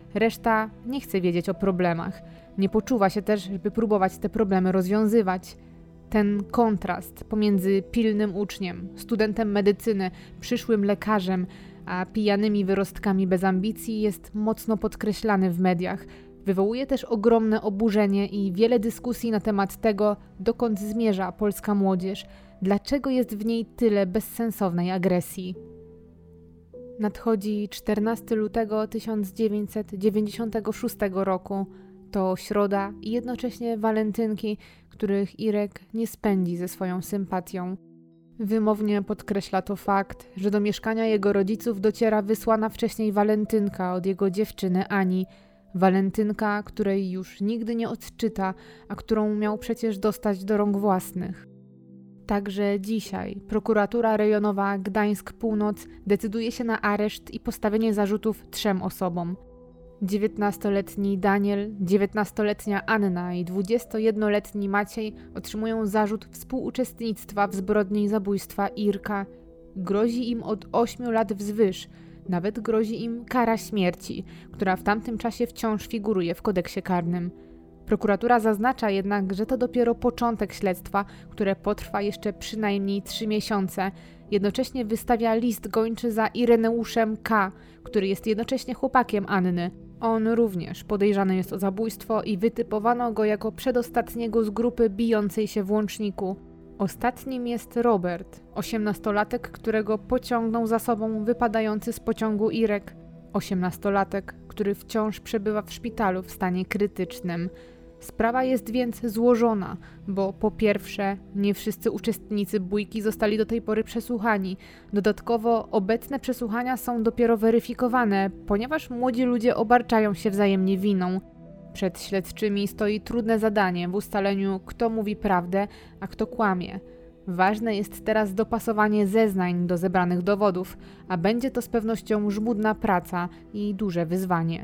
Reszta nie chce wiedzieć o problemach. Nie poczuwa się też, żeby próbować te problemy rozwiązywać. Ten kontrast pomiędzy pilnym uczniem, studentem medycyny, przyszłym lekarzem, a pijanymi wyrostkami bez ambicji jest mocno podkreślany w mediach. Wywołuje też ogromne oburzenie i wiele dyskusji na temat tego, dokąd zmierza polska młodzież, dlaczego jest w niej tyle bezsensownej agresji. Nadchodzi czternastego lutego tysiąc dziewięćset dziewięćdziesiątego szóstego roku. To środa i jednocześnie walentynki, których Irek nie spędzi ze swoją sympatią. Wymownie podkreśla to fakt, że do mieszkania jego rodziców dociera wysłana wcześniej walentynka od jego dziewczyny Ani. Walentynka, której już nigdy nie odczyta, a którą miał przecież dostać do rąk własnych. Także dzisiaj prokuratura rejonowa Gdańsk Północ decyduje się na areszt i postawienie zarzutów trzem osobom. dziewiętnastoletni Daniel, dziewiętnastoletnia Anna i dwudziestojednoletni Maciej otrzymują zarzut współuczestnictwa w zbrodni zabójstwa Irka. Grozi im od ośmiu lat wzwyż. Nawet grozi im kara śmierci, która w tamtym czasie wciąż figuruje w kodeksie karnym. Prokuratura zaznacza jednak, że to dopiero początek śledztwa, które potrwa jeszcze przynajmniej trzy miesiące. Jednocześnie wystawia list gończy za Ireneuszem K., który jest jednocześnie chłopakiem Anny. On również podejrzany jest o zabójstwo i wytypowano go jako przedostatniego z grupy bijącej się w Łączniku. Ostatnim jest Robert, osiemnastolatek, którego pociągnął za sobą wypadający z pociągu Irek. Osiemnastolatek, który wciąż przebywa w szpitalu w stanie krytycznym. Sprawa jest więc złożona, bo po pierwsze, nie wszyscy uczestnicy bójki zostali do tej pory przesłuchani. Dodatkowo obecne przesłuchania są dopiero weryfikowane, ponieważ młodzi ludzie obarczają się wzajemnie winą. Przed śledczymi stoi trudne zadanie w ustaleniu, kto mówi prawdę, a kto kłamie. Ważne jest teraz dopasowanie zeznań do zebranych dowodów, a będzie to z pewnością żmudna praca i duże wyzwanie.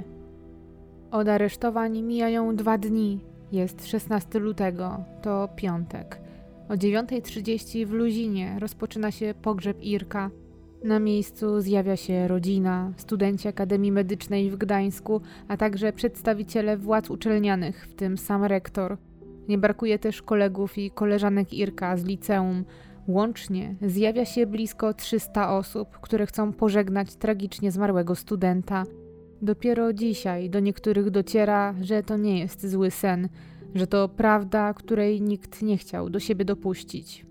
Od aresztowań mijają dwa dni. Jest szesnastego lutego, to piątek. O dziewiątej trzydzieści w Luzinie rozpoczyna się pogrzeb Irka. Na miejscu zjawia się rodzina, studenci Akademii Medycznej w Gdańsku, a także przedstawiciele władz uczelnianych, w tym sam rektor. Nie brakuje też kolegów i koleżanek Irka z liceum. Łącznie zjawia się blisko trzysta osób, które chcą pożegnać tragicznie zmarłego studenta. Dopiero dzisiaj do niektórych dociera, że to nie jest zły sen, że to prawda, której nikt nie chciał do siebie dopuścić.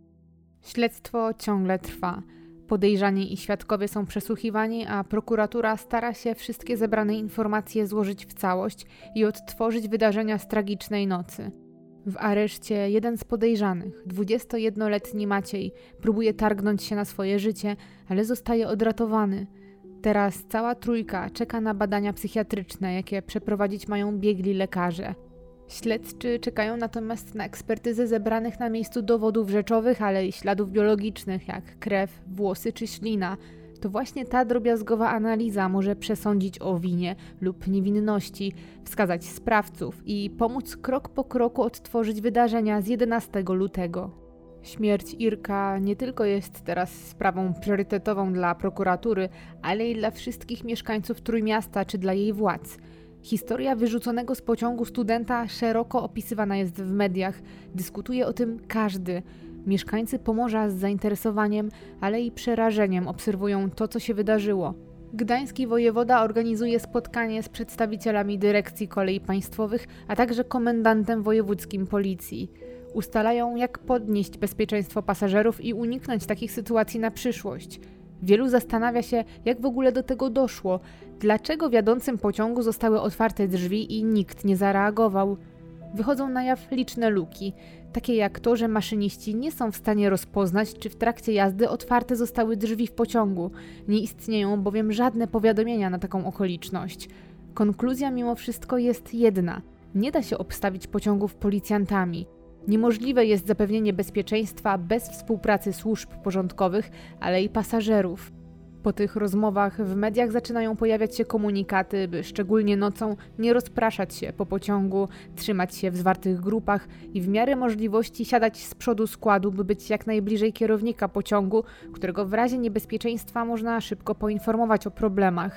Śledztwo ciągle trwa. Podejrzani i świadkowie są przesłuchiwani, a prokuratura stara się wszystkie zebrane informacje złożyć w całość i odtworzyć wydarzenia z tragicznej nocy. W areszcie jeden z podejrzanych, dwudziestojednoletni Maciej, próbuje targnąć się na swoje życie, ale zostaje odratowany. Teraz cała trójka czeka na badania psychiatryczne, jakie przeprowadzić mają biegli lekarze. Śledczy czekają natomiast na ekspertyzę zebranych na miejscu dowodów rzeczowych, ale i śladów biologicznych, jak krew, włosy czy ślina. To właśnie ta drobiazgowa analiza może przesądzić o winie lub niewinności, wskazać sprawców i pomóc krok po kroku odtworzyć wydarzenia z jedenastego lutego. Śmierć Irka nie tylko jest teraz sprawą priorytetową dla prokuratury, ale i dla wszystkich mieszkańców Trójmiasta czy dla jej władz. Historia wyrzuconego z pociągu studenta szeroko opisywana jest w mediach. Dyskutuje o tym każdy. Mieszkańcy Pomorza z zainteresowaniem, ale i przerażeniem obserwują to, co się wydarzyło. Gdański wojewoda organizuje spotkanie z przedstawicielami dyrekcji kolei państwowych, a także komendantem wojewódzkim policji. Ustalają, jak podnieść bezpieczeństwo pasażerów i uniknąć takich sytuacji na przyszłość. Wielu zastanawia się, jak w ogóle do tego doszło, dlaczego w jadącym pociągu zostały otwarte drzwi i nikt nie zareagował. Wychodzą na jaw liczne luki, takie jak to, że maszyniści nie są w stanie rozpoznać, czy w trakcie jazdy otwarte zostały drzwi w pociągu. Nie istnieją bowiem żadne powiadomienia na taką okoliczność. Konkluzja mimo wszystko jest jedna. Nie da się obstawić pociągów policjantami. Niemożliwe jest zapewnienie bezpieczeństwa bez współpracy służb porządkowych, ale i pasażerów. Po tych rozmowach w mediach zaczynają pojawiać się komunikaty, by szczególnie nocą nie rozpraszać się po pociągu, trzymać się w zwartych grupach i w miarę możliwości siadać z przodu składu, by być jak najbliżej kierownika pociągu, którego w razie niebezpieczeństwa można szybko poinformować o problemach.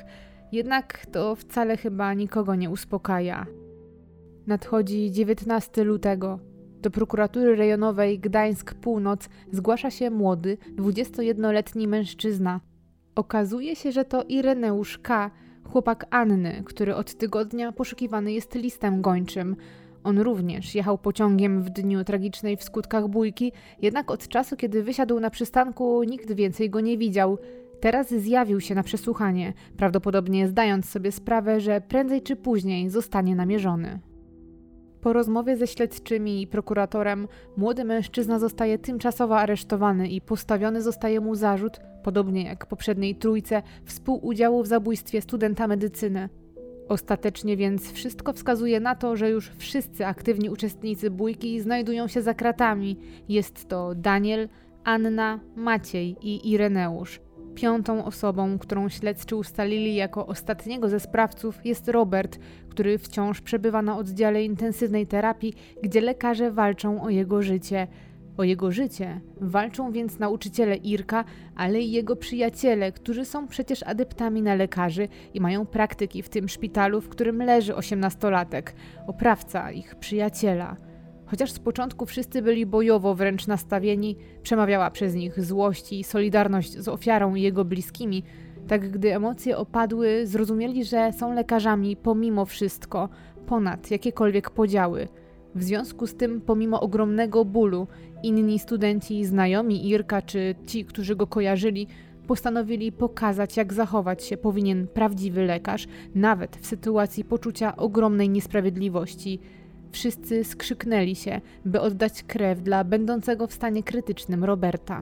Jednak to wcale chyba nikogo nie uspokaja. Nadchodzi dziewiętnastego lutego. Do prokuratury rejonowej Gdańsk Północ zgłasza się młody, dwudziestojednoletni mężczyzna. Okazuje się, że to Ireneusz K., chłopak Anny, który od tygodnia poszukiwany jest listem gończym. On również jechał pociągiem w dniu tragicznej w skutkach bójki, jednak od czasu, kiedy wysiadł na przystanku, nikt więcej go nie widział. Teraz zjawił się na przesłuchanie, prawdopodobnie zdając sobie sprawę, że prędzej czy później zostanie namierzony. Po rozmowie ze śledczymi i prokuratorem młody mężczyzna zostaje tymczasowo aresztowany i postawiony zostaje mu zarzut, podobnie jak poprzedniej trójce, współudziału w zabójstwie studenta medycyny. Ostatecznie więc wszystko wskazuje na to, że już wszyscy aktywni uczestnicy bójki znajdują się za kratami. Jest to Daniel, Anna, Maciej i Ireneusz. Piątą osobą, którą śledczy ustalili jako ostatniego ze sprawców, jest Robert, który wciąż przebywa na oddziale intensywnej terapii, gdzie lekarze walczą o jego życie. O jego życie walczą więc nauczyciele Irka, ale i jego przyjaciele, którzy są przecież adeptami na lekarzy i mają praktyki w tym szpitalu, w którym leży osiemnastolatek, oprawca ich przyjaciela. Chociaż z początku wszyscy byli bojowo wręcz nastawieni, przemawiała przez nich złość i solidarność z ofiarą i jego bliskimi, tak gdy emocje opadły, zrozumieli, że są lekarzami pomimo wszystko, ponad jakiekolwiek podziały. W związku z tym, pomimo ogromnego bólu, inni studenci, znajomi Irka czy ci, którzy go kojarzyli, postanowili pokazać, jak zachować się powinien prawdziwy lekarz, nawet w sytuacji poczucia ogromnej niesprawiedliwości. Wszyscy skrzyknęli się, by oddać krew dla będącego w stanie krytycznym Roberta.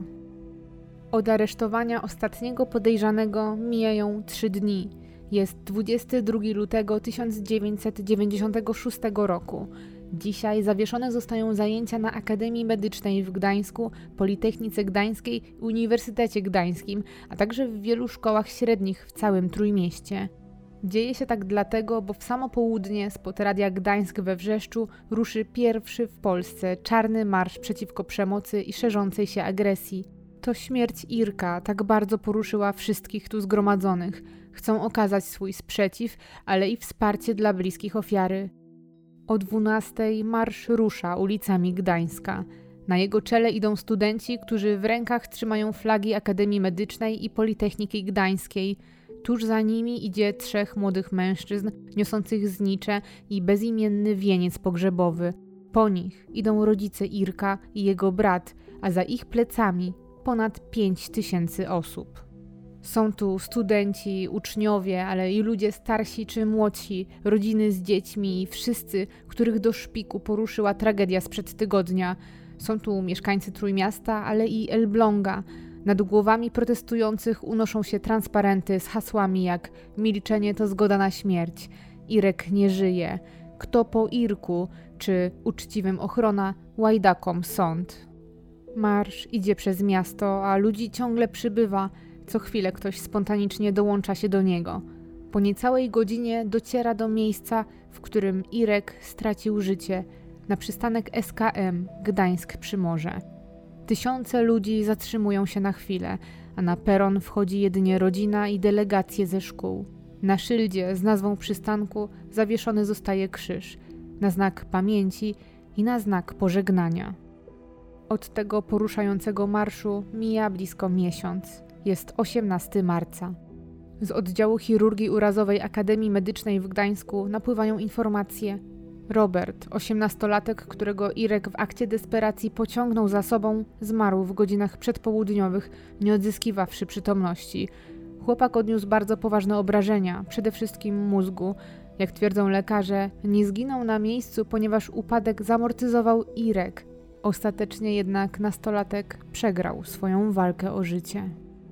Od aresztowania ostatniego podejrzanego mijają trzy dni. Jest dwudziestego drugiego lutego tysiąc dziewięćset dziewięćdziesiątego szóstego roku. Dzisiaj zawieszone zostają zajęcia na Akademii Medycznej w Gdańsku, Politechnice Gdańskiej i Uniwersytecie Gdańskim, a także w wielu szkołach średnich w całym Trójmieście. Dzieje się tak dlatego, bo w samo południe spod Radia Gdańsk we Wrzeszczu ruszy pierwszy w Polsce czarny marsz przeciwko przemocy i szerzącej się agresji. To śmierć Irka tak bardzo poruszyła wszystkich tu zgromadzonych. Chcą okazać swój sprzeciw, ale i wsparcie dla bliskich ofiary. O dwunastej marsz rusza ulicami Gdańska. Na jego czele idą studenci, którzy w rękach trzymają flagi Akademii Medycznej i Politechniki Gdańskiej. Tuż za nimi idzie trzech młodych mężczyzn niosących znicze i bezimienny wieniec pogrzebowy. Po nich idą rodzice Irka i jego brat, a za ich plecami ponad pięć tysięcy osób. Są tu studenci, uczniowie, ale i ludzie starsi czy młodsi, rodziny z dziećmi i wszyscy, których do szpiku poruszyła tragedia sprzed tygodnia. Są tu mieszkańcy Trójmiasta, ale i Elbląga. Nad głowami protestujących unoszą się transparenty z hasłami jak milczenie to zgoda na śmierć, Irek nie żyje, kto po Irku, czy uczciwym ochrona, łajdakom sąd. Marsz idzie przez miasto, a ludzi ciągle przybywa. Co chwilę ktoś spontanicznie dołącza się do niego. Po niecałej godzinie dociera do miejsca, w którym Irek stracił życie, na przystanek S K M Gdańsk Przymorze. Tysiące ludzi zatrzymują się na chwilę, a na peron wchodzi jedynie rodzina i delegacje ze szkół. Na szyldzie z nazwą przystanku zawieszony zostaje krzyż, na znak pamięci i na znak pożegnania. Od tego poruszającego marszu mija blisko miesiąc. Jest osiemnastego marca. Z oddziału chirurgii urazowej Akademii Medycznej w Gdańsku napływają informacje. Robert, osiemnastolatek, którego Irek w akcie desperacji pociągnął za sobą, zmarł w godzinach przedpołudniowych, nie odzyskiwawszy przytomności. Chłopak odniósł bardzo poważne obrażenia, przede wszystkim mózgu. Jak twierdzą lekarze, nie zginął na miejscu, ponieważ upadek zamortyzował Irek. Ostatecznie jednak nastolatek przegrał swoją walkę o życie.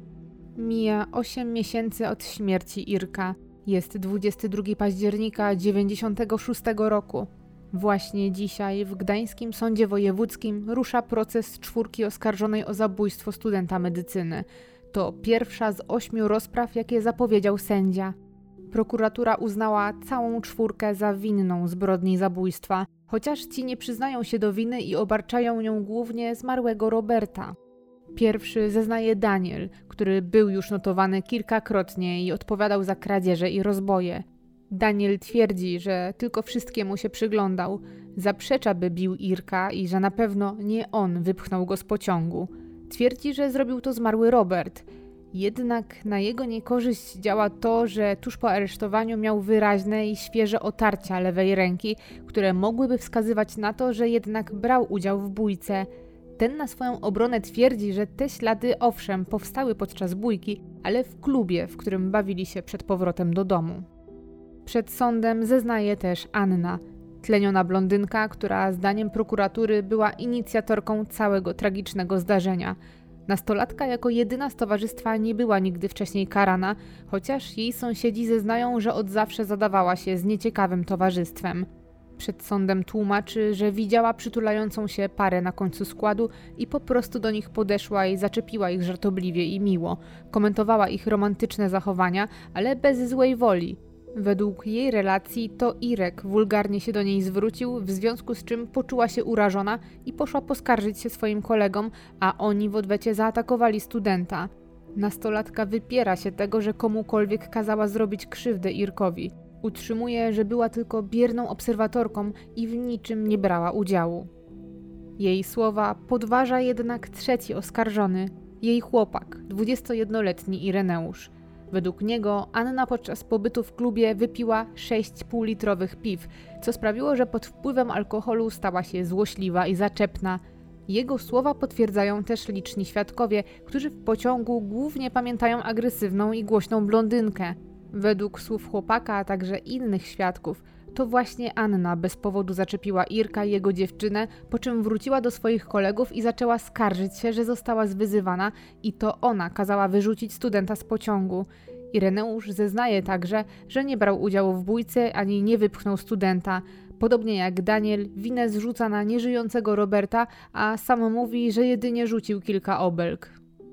Mija osiem miesięcy od śmierci Irka. Jest dwudziestego drugiego października dziewięćdziesiątego szóstego roku. Właśnie dzisiaj w Gdańskim Sądzie Wojewódzkim rusza proces czwórki oskarżonej o zabójstwo studenta medycyny. To pierwsza z ośmiu rozpraw, jakie zapowiedział sędzia. Prokuratura uznała całą czwórkę za winną zbrodni zabójstwa, chociaż ci nie przyznają się do winy i obarczają nią głównie zmarłego Roberta. Pierwszy zeznaje Daniel, który był już notowany kilkakrotnie i odpowiadał za kradzieże i rozboje. Daniel twierdzi, że tylko wszystkiemu się przyglądał. Zaprzecza, by bił Irka i że na pewno nie on wypchnął go z pociągu. Twierdzi, że zrobił to zmarły Robert. Jednak na jego niekorzyść działa to, że tuż po aresztowaniu miał wyraźne i świeże otarcia lewej ręki, które mogłyby wskazywać na to, że jednak brał udział w bójce. Ten na swoją obronę twierdzi, że te ślady owszem powstały podczas bójki, ale w klubie, w którym bawili się przed powrotem do domu. Przed sądem zeznaje też Anna, tleniona blondynka, która zdaniem prokuratury była inicjatorką całego tragicznego zdarzenia. Nastolatka jako jedyna z towarzystwa nie była nigdy wcześniej karana, chociaż jej sąsiedzi zeznają, że od zawsze zadawała się z nieciekawym towarzystwem. Przed sądem tłumaczy, że widziała przytulającą się parę na końcu składu i po prostu do nich podeszła i zaczepiła ich żartobliwie i miło. Komentowała ich romantyczne zachowania, ale bez złej woli. Według jej relacji to Irek wulgarnie się do niej zwrócił, w związku z czym poczuła się urażona i poszła poskarżyć się swoim kolegom, a oni w odwecie zaatakowali studenta. Nastolatka wypiera się tego, że komukolwiek kazała zrobić krzywdę Irkowi. Utrzymuje, że była tylko bierną obserwatorką i w niczym nie brała udziału. Jej słowa podważa jednak trzeci oskarżony, jej chłopak, dwudziestojednoletni Ireneusz. Według niego Anna podczas pobytu w klubie wypiła sześć półlitrowych piw, co sprawiło, że pod wpływem alkoholu stała się złośliwa i zaczepna. Jego słowa potwierdzają też liczni świadkowie, którzy w pociągu głównie pamiętają agresywną i głośną blondynkę. Według słów chłopaka, a także innych świadków, to właśnie Anna bez powodu zaczepiła Irka i jego dziewczynę, po czym wróciła do swoich kolegów i zaczęła skarżyć się, że została zwyzywana i to ona kazała wyrzucić studenta z pociągu. Ireneusz zeznaje także, że nie brał udziału w bójce ani nie wypchnął studenta. Podobnie jak Daniel, winę zrzuca na nieżyjącego Roberta, a sam mówi, że jedynie rzucił kilka obelg.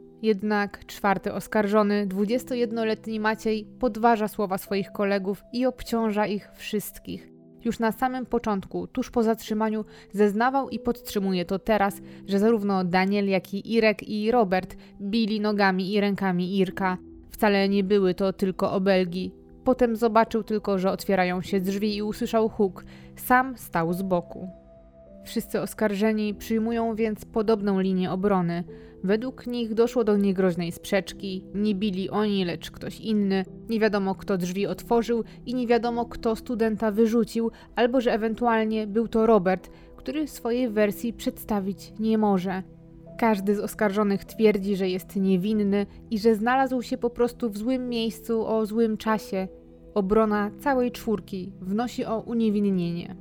Jednak czwarty oskarżony, dwudziestojednoletni Maciej, podważa słowa swoich kolegów i obciąża ich wszystkich. Już na samym początku, tuż po zatrzymaniu, zeznawał i podtrzymuje to teraz, że zarówno Daniel, jak i Irek i Robert bili nogami i rękami Irka. Wcale nie były to tylko obelgi. Potem zobaczył tylko, że otwierają się drzwi i usłyszał huk. Sam stał z boku. Wszyscy oskarżeni przyjmują więc podobną linię obrony. Według nich doszło do niegroźnej sprzeczki, nie bili oni, lecz ktoś inny, nie wiadomo kto drzwi otworzył i nie wiadomo kto studenta wyrzucił, albo że ewentualnie był to Robert, który swojej wersji przedstawić nie może. Każdy z oskarżonych twierdzi, że jest niewinny i że znalazł się po prostu w złym miejscu o złym czasie. Obrona całej czwórki wnosi o uniewinnienie.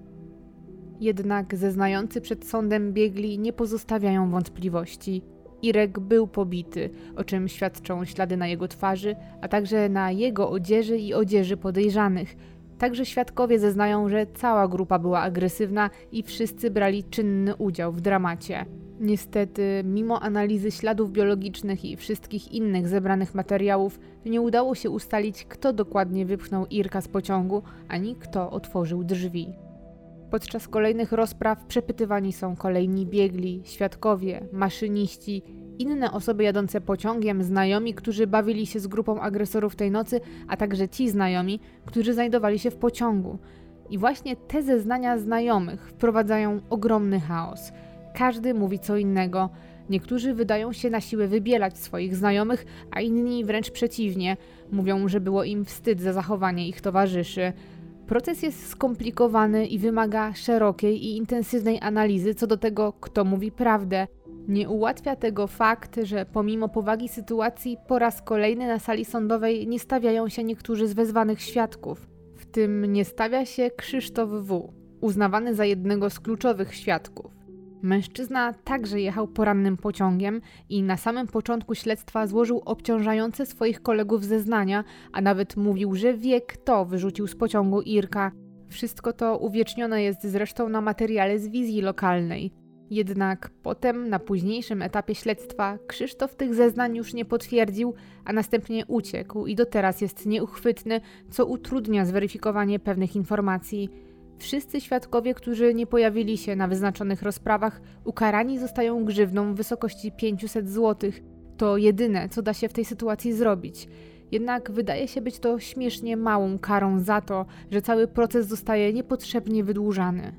Jednak zeznający przed sądem biegli nie pozostawiają wątpliwości. Irek był pobity, o czym świadczą ślady na jego twarzy, a także na jego odzieży i odzieży podejrzanych. Także świadkowie zeznają, że cała grupa była agresywna i wszyscy brali czynny udział w dramacie. Niestety, mimo analizy śladów biologicznych i wszystkich innych zebranych materiałów, nie udało się ustalić, kto dokładnie wypchnął Irka z pociągu, ani kto otworzył drzwi. Podczas kolejnych rozpraw przepytywani są kolejni biegli, świadkowie, maszyniści, inne osoby jadące pociągiem, znajomi, którzy bawili się z grupą agresorów tej nocy, a także ci znajomi, którzy znajdowali się w pociągu. I właśnie te zeznania znajomych wprowadzają ogromny chaos. Każdy mówi co innego. Niektórzy wydają się na siłę wybielać swoich znajomych, a inni wręcz przeciwnie. Mówią, że było im wstyd za zachowanie ich towarzyszy. Proces jest skomplikowany i wymaga szerokiej i intensywnej analizy co do tego, kto mówi prawdę. Nie ułatwia tego fakt, że pomimo powagi sytuacji po raz kolejny na sali sądowej nie stawiają się niektórzy z wezwanych świadków. W tym nie stawia się Krzysztof W., uznawany za jednego z kluczowych świadków. Mężczyzna także jechał porannym pociągiem i na samym początku śledztwa złożył obciążające swoich kolegów zeznania, a nawet mówił, że wie, kto wyrzucił z pociągu Irka. Wszystko to uwiecznione jest zresztą na materiale z wizji lokalnej. Jednak potem, na późniejszym etapie śledztwa, Krzysztof tych zeznań już nie potwierdził, a następnie uciekł i do teraz jest nieuchwytny, co utrudnia zweryfikowanie pewnych informacji. Wszyscy świadkowie, którzy nie pojawili się na wyznaczonych rozprawach, ukarani zostają grzywną w wysokości pięćset złotych. To jedyne, co da się w tej sytuacji zrobić. Jednak wydaje się być to śmiesznie małą karą za to, że cały proces zostaje niepotrzebnie wydłużany.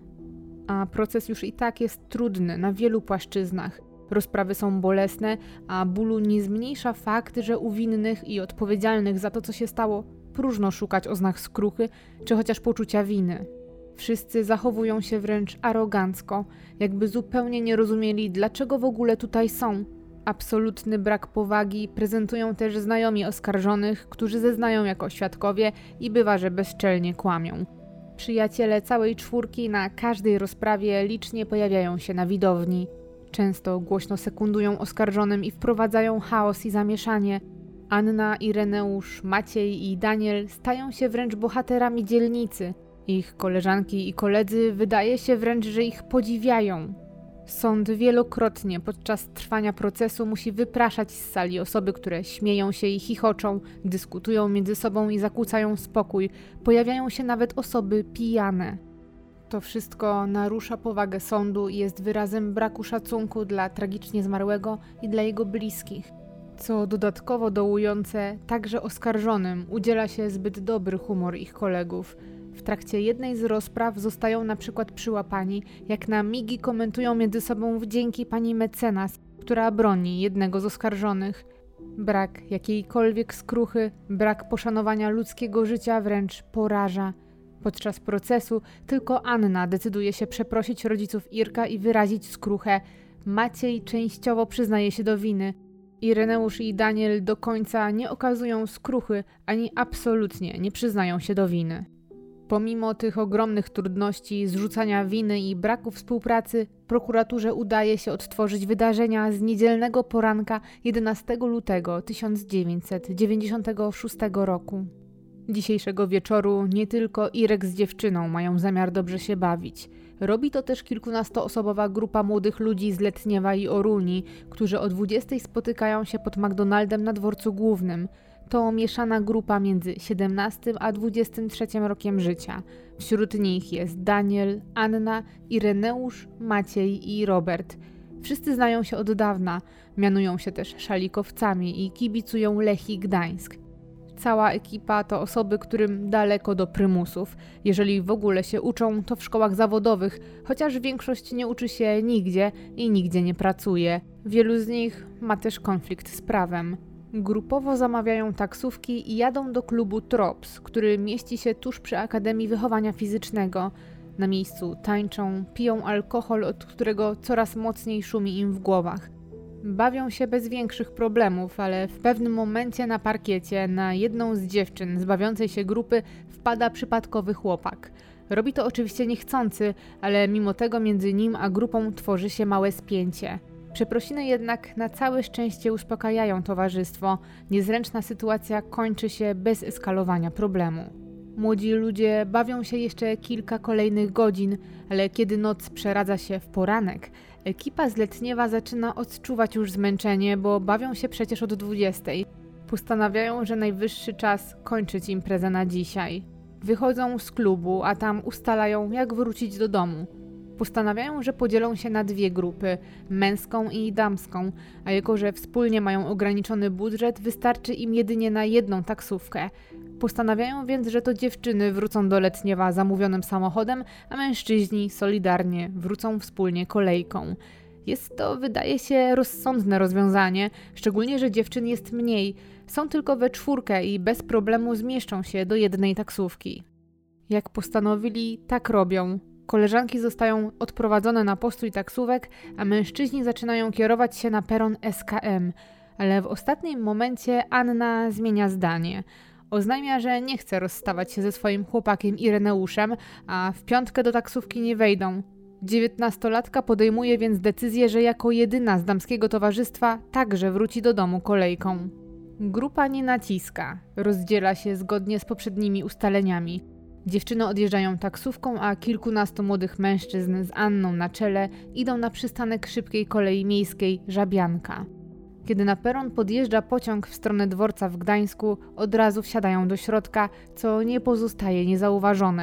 A proces już i tak jest trudny na wielu płaszczyznach. Rozprawy są bolesne, a bólu nie zmniejsza fakt, że u winnych i odpowiedzialnych za to, co się stało, próżno szukać oznak skruchy czy chociaż poczucia winy. Wszyscy zachowują się wręcz arogancko, jakby zupełnie nie rozumieli, dlaczego w ogóle tutaj są. Absolutny brak powagi prezentują też znajomi oskarżonych, którzy zeznają jako świadkowie i bywa, że bezczelnie kłamią. Przyjaciele całej czwórki na każdej rozprawie licznie pojawiają się na widowni. Często głośno sekundują oskarżonym i wprowadzają chaos i zamieszanie. Anna, Ireneusz, Maciej i Daniel stają się wręcz bohaterami dzielnicy. Ich koleżanki i koledzy wydaje się wręcz, że ich podziwiają. Sąd wielokrotnie podczas trwania procesu musi wypraszać z sali osoby, które śmieją się i chichoczą, dyskutują między sobą i zakłócają spokój. Pojawiają się nawet osoby pijane. To wszystko narusza powagę sądu i jest wyrazem braku szacunku dla tragicznie zmarłego i dla jego bliskich. Co dodatkowo dołujące, także oskarżonym udziela się zbyt dobry humor ich kolegów. W trakcie jednej z rozpraw zostają na przykład przyłapani, jak na migi komentują między sobą wdzięki pani mecenas, która broni jednego z oskarżonych. Brak jakiejkolwiek skruchy, brak poszanowania ludzkiego życia wręcz poraża. Podczas procesu tylko Anna decyduje się przeprosić rodziców Irka i wyrazić skruchę. Maciej częściowo przyznaje się do winy. Ireneusz i Daniel do końca nie okazują skruchy, ani absolutnie nie przyznają się do winy. Pomimo tych ogromnych trudności, zrzucania winy i braku współpracy, prokuraturze udaje się odtworzyć wydarzenia z niedzielnego poranka jedenastego lutego tysiąc dziewięćset dziewięćdziesiątego szóstego roku. Dzisiejszego wieczoru nie tylko Irek z dziewczyną mają zamiar dobrze się bawić. Robi to też kilkunastoosobowa grupa młodych ludzi z Letniewa i Oruni, którzy o dwudziestej spotykają się pod McDonaldem na dworcu głównym. To mieszana grupa między siedemnastym a dwudziestym trzecim rokiem życia. Wśród nich jest Daniel, Anna, Ireneusz, Maciej i Robert. Wszyscy znają się od dawna, mianują się też szalikowcami i kibicują Lechii Gdańsk. Cała ekipa to osoby, którym daleko do prymusów. Jeżeli w ogóle się uczą, to w szkołach zawodowych, chociaż większość nie uczy się nigdzie i nigdzie nie pracuje. Wielu z nich ma też konflikt z prawem. Grupowo zamawiają taksówki i jadą do klubu Trops, który mieści się tuż przy Akademii Wychowania Fizycznego. Na miejscu tańczą, piją alkohol, od którego coraz mocniej szumi im w głowach. Bawią się bez większych problemów, ale w pewnym momencie na parkiecie na jedną z dziewczyn z bawiącej się grupy wpada przypadkowy chłopak. Robi to oczywiście niechcący, ale mimo tego między nim a grupą tworzy się małe spięcie. Przeprosiny jednak na całe szczęście uspokajają towarzystwo. Niezręczna sytuacja kończy się bez eskalowania problemu. Młodzi ludzie bawią się jeszcze kilka kolejnych godzin, ale kiedy noc przeradza się w poranek, ekipa z Letniewa zaczyna odczuwać już zmęczenie, bo bawią się przecież od dwudziestej. Postanawiają, że najwyższy czas kończyć imprezę na dzisiaj. Wychodzą z klubu, a tam ustalają, jak wrócić do domu. Postanawiają, że podzielą się na dwie grupy, męską i damską, a jako że wspólnie mają ograniczony budżet, wystarczy im jedynie na jedną taksówkę. Postanawiają więc, że to dziewczyny wrócą do Letniewa zamówionym samochodem, a mężczyźni solidarnie wrócą wspólnie kolejką. Jest to, wydaje się, rozsądne rozwiązanie, szczególnie, że dziewczyn jest mniej. Są tylko we czwórkę i bez problemu zmieszczą się do jednej taksówki. Jak postanowili, tak robią. Koleżanki zostają odprowadzone na postój taksówek, a mężczyźni zaczynają kierować się na peron S K M. Ale w ostatnim momencie Anna zmienia zdanie. Oznajmia, że nie chce rozstawać się ze swoim chłopakiem Ireneuszem, a w piątkę do taksówki nie wejdą. Dziewiętnastolatka podejmuje więc decyzję, że jako jedyna z damskiego towarzystwa także wróci do domu kolejką. Grupa nie naciska, rozdziela się zgodnie z poprzednimi ustaleniami. Dziewczyny odjeżdżają taksówką, a kilkunastu młodych mężczyzn z Anną na czele idą na przystanek szybkiej kolei miejskiej Żabianka. Kiedy na peron podjeżdża pociąg w stronę dworca w Gdańsku, od razu wsiadają do środka, co nie pozostaje niezauważone.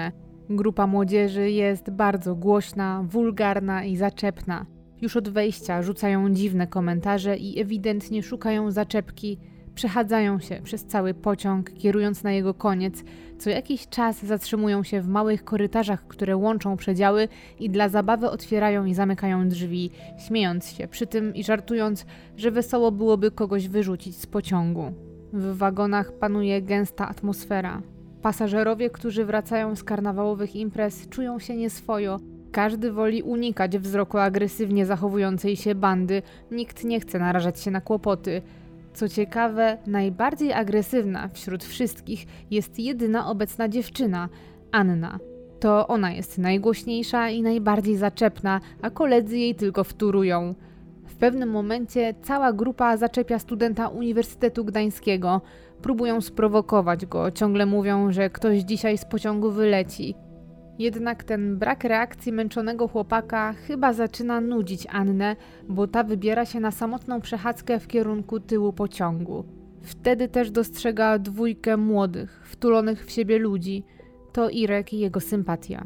Grupa młodzieży jest bardzo głośna, wulgarna i zaczepna. Już od wejścia rzucają dziwne komentarze i ewidentnie szukają zaczepki. Przechadzają się przez cały pociąg, kierując na jego koniec. Co jakiś czas zatrzymują się w małych korytarzach, które łączą przedziały i dla zabawy otwierają i zamykają drzwi, śmiejąc się przy tym i żartując, że wesoło byłoby kogoś wyrzucić z pociągu. W wagonach panuje gęsta atmosfera. Pasażerowie, którzy wracają z karnawałowych imprez, czują się nieswojo. Każdy woli unikać wzroku agresywnie zachowującej się bandy. Nikt nie chce narażać się na kłopoty. Co ciekawe, najbardziej agresywna wśród wszystkich jest jedyna obecna dziewczyna, Anna. To ona jest najgłośniejsza i najbardziej zaczepna, a koledzy jej tylko wtórują. W pewnym momencie cała grupa zaczepia studenta Uniwersytetu Gdańskiego. Próbują sprowokować go, ciągle mówią, że ktoś dzisiaj z pociągu wyleci. Jednak ten brak reakcji męczonego chłopaka chyba zaczyna nudzić Annę, bo ta wybiera się na samotną przechadzkę w kierunku tyłu pociągu. Wtedy też dostrzega dwójkę młodych, wtulonych w siebie ludzi. To Irek i jego sympatia.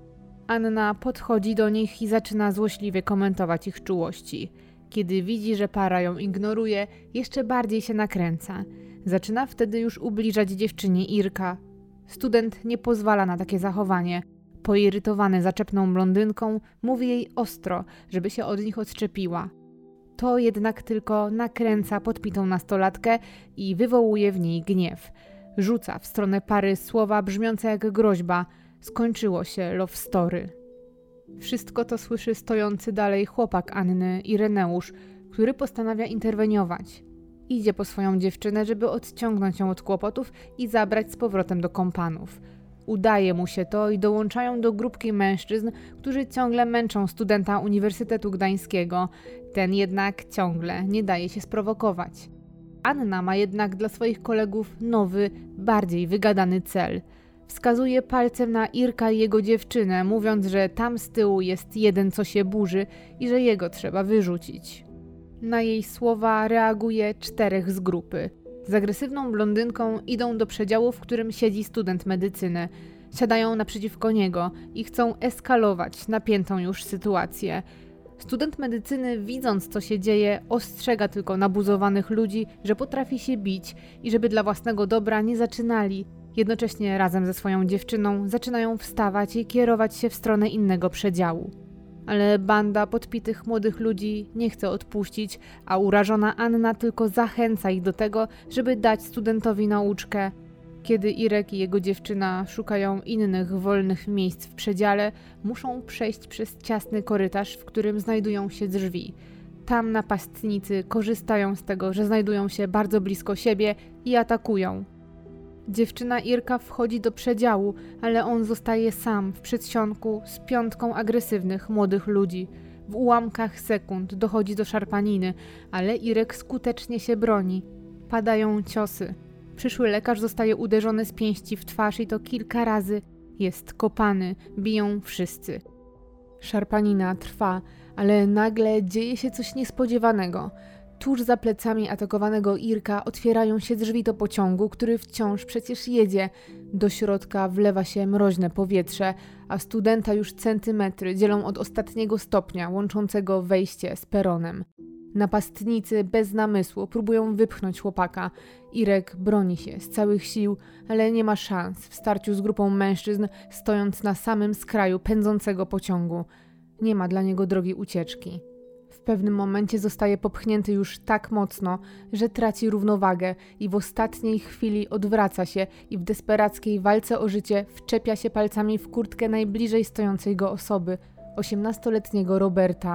Anna podchodzi do nich i zaczyna złośliwie komentować ich czułości. Kiedy widzi, że para ją ignoruje, jeszcze bardziej się nakręca. Zaczyna wtedy już ubliżać dziewczynie Irka. Student nie pozwala na takie zachowanie. Poirytowany zaczepną blondynką, mówi jej ostro, żeby się od nich odczepiła. To jednak tylko nakręca podpitą nastolatkę i wywołuje w niej gniew. Rzuca w stronę pary słowa brzmiące jak groźba. Skończyło się love story. Wszystko to słyszy stojący dalej chłopak Anny, Ireneusz, który postanawia interweniować. Idzie po swoją dziewczynę, żeby odciągnąć ją od kłopotów i zabrać z powrotem do kompanów. Udaje mu się to i dołączają do grupki mężczyzn, którzy ciągle męczą studenta Uniwersytetu Gdańskiego. Ten jednak ciągle nie daje się sprowokować. Anna ma jednak dla swoich kolegów nowy, bardziej wygadany cel. Wskazuje palcem na Irka i jego dziewczynę, mówiąc, że tam z tyłu jest jeden, co się burzy i że jego trzeba wyrzucić. Na jej słowa reaguje czterech z grupy. Z agresywną blondynką idą do przedziału, w którym siedzi student medycyny. Siadają naprzeciwko niego i chcą eskalować napiętą już sytuację. Student medycyny, widząc co się dzieje, ostrzega tylko nabuzowanych ludzi, że potrafi się bić i żeby dla własnego dobra nie zaczynali. Jednocześnie razem ze swoją dziewczyną zaczynają wstawać i kierować się w stronę innego przedziału. Ale banda podpitych młodych ludzi nie chce odpuścić, a urażona Anna tylko zachęca ich do tego, żeby dać studentowi nauczkę. Kiedy Irek i jego dziewczyna szukają innych wolnych miejsc w przedziale, muszą przejść przez ciasny korytarz, w którym znajdują się drzwi. Tam napastnicy korzystają z tego, że znajdują się bardzo blisko siebie i atakują. Dziewczyna Irka wchodzi do przedziału, ale on zostaje sam w przedsionku z piątką agresywnych młodych ludzi. W ułamkach sekund dochodzi do szarpaniny, ale Irek skutecznie się broni. Padają ciosy. Przyszły lekarz zostaje uderzony z pięści w twarz i to kilka razy. Jest kopany, biją wszyscy. Szarpanina trwa, ale nagle dzieje się coś niespodziewanego. Tuż za plecami atakowanego Irka otwierają się drzwi do pociągu, który wciąż przecież jedzie. Do środka wlewa się mroźne powietrze, a studenta już centymetry dzielą od ostatniego stopnia łączącego wejście z peronem. Napastnicy bez namysłu próbują wypchnąć chłopaka. Irek broni się z całych sił, ale nie ma szans w starciu z grupą mężczyzn, stojąc na samym skraju pędzącego pociągu. Nie ma dla niego drogi ucieczki. W pewnym momencie zostaje popchnięty już tak mocno, że traci równowagę i w ostatniej chwili odwraca się i w desperackiej walce o życie wczepia się palcami w kurtkę najbliżej stojącej go osoby, osiemnastoletniego Roberta.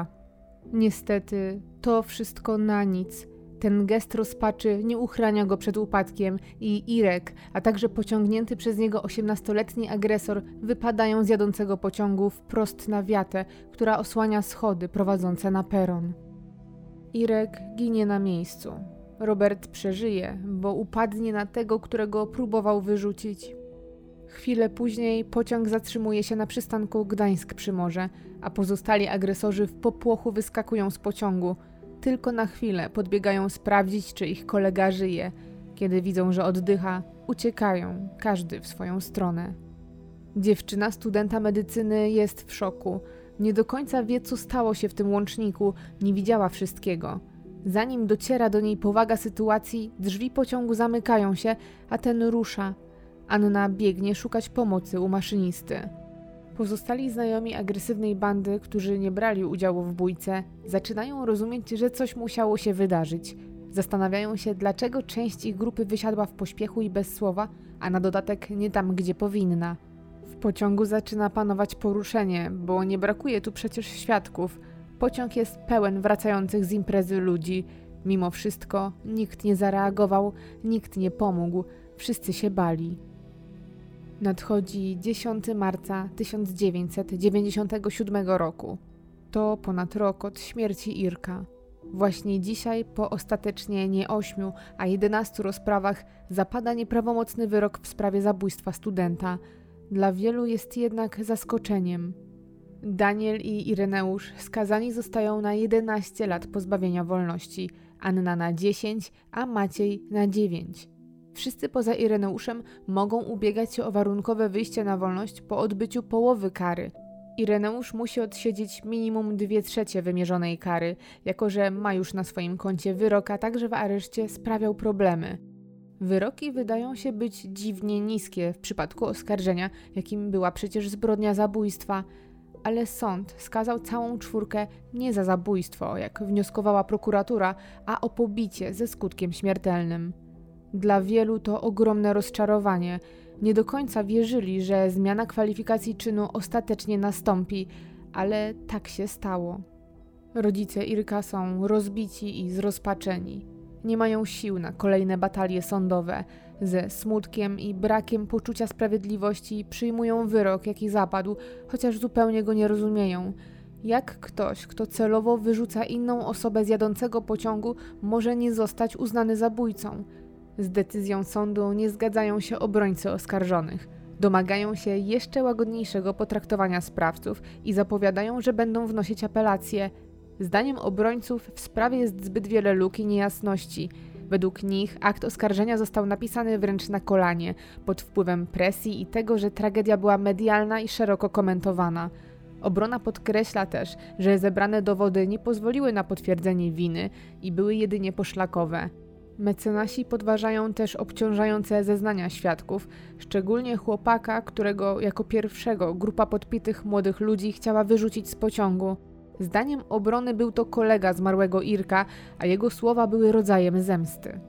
Niestety, to wszystko na nic. Ten gest rozpaczy nie uchrania go przed upadkiem i Irek, a także pociągnięty przez niego osiemnastoletni agresor wypadają z jadącego pociągu wprost na wiatę, która osłania schody prowadzące na peron. Irek ginie na miejscu. Robert przeżyje, bo upadnie na tego, którego próbował wyrzucić. Chwilę później pociąg zatrzymuje się na przystanku Gdańsk-Przymorze, a pozostali agresorzy w popłochu wyskakują z pociągu. Tylko na chwilę podbiegają sprawdzić, czy ich kolega żyje. Kiedy widzą, że oddycha, uciekają, każdy w swoją stronę. Dziewczyna studenta medycyny jest w szoku. Nie do końca wie, co stało się w tym łączniku, nie widziała wszystkiego. Zanim dociera do niej powaga sytuacji, drzwi pociągu zamykają się, a ten rusza. Anna biegnie szukać pomocy u maszynisty. Pozostali znajomi agresywnej bandy, którzy nie brali udziału w bójce, zaczynają rozumieć, że coś musiało się wydarzyć. Zastanawiają się, dlaczego część ich grupy wysiadła w pośpiechu i bez słowa, a na dodatek nie tam, gdzie powinna. W pociągu zaczyna panować poruszenie, bo nie brakuje tu przecież świadków. Pociąg jest pełen wracających z imprezy ludzi. Mimo wszystko nikt nie zareagował, nikt nie pomógł, wszyscy się bali. Nadchodzi dziesiątego marca tysiąc dziewięćset dziewięćdziesiątego siódmego roku. To ponad rok od śmierci Irka. Właśnie dzisiaj, po ostatecznie nie ośmiu, a jedenastu rozprawach, zapada nieprawomocny wyrok w sprawie zabójstwa studenta. Dla wielu jest jednak zaskoczeniem. Daniel i Ireneusz skazani zostają na jedenaście lat pozbawienia wolności, Anna na dziesięć, a Maciej na dziewięć. Wszyscy poza Ireneuszem mogą ubiegać się o warunkowe wyjście na wolność po odbyciu połowy kary. Ireneusz musi odsiedzieć minimum dwie trzecie wymierzonej kary, jako że ma już na swoim koncie wyrok, a także w areszcie sprawiał problemy. Wyroki wydają się być dziwnie niskie w przypadku oskarżenia, jakim była przecież zbrodnia zabójstwa, ale sąd skazał całą czwórkę nie za zabójstwo, jak wnioskowała prokuratura, a o pobicie ze skutkiem śmiertelnym. Dla wielu to ogromne rozczarowanie. Nie do końca wierzyli, że zmiana kwalifikacji czynu ostatecznie nastąpi, ale tak się stało. Rodzice Irka są rozbici i zrozpaczeni. Nie mają sił na kolejne batalie sądowe. Ze smutkiem i brakiem poczucia sprawiedliwości przyjmują wyrok, jaki zapadł, chociaż zupełnie go nie rozumieją. Jak ktoś, kto celowo wyrzuca inną osobę z jadącego pociągu, może nie zostać uznany zabójcą? Z decyzją sądu nie zgadzają się obrońcy oskarżonych. Domagają się jeszcze łagodniejszego potraktowania sprawców i zapowiadają, że będą wnosić apelacje. Zdaniem obrońców w sprawie jest zbyt wiele luk i niejasności. Według nich akt oskarżenia został napisany wręcz na kolanie, pod wpływem presji i tego, że tragedia była medialna i szeroko komentowana. Obrona podkreśla też, że zebrane dowody nie pozwoliły na potwierdzenie winy i były jedynie poszlakowe. Mecenasi podważają też obciążające zeznania świadków, szczególnie chłopaka, którego jako pierwszego grupa podpitych młodych ludzi chciała wyrzucić z pociągu. Zdaniem obrony był to kolega zmarłego Irka, a jego słowa były rodzajem zemsty.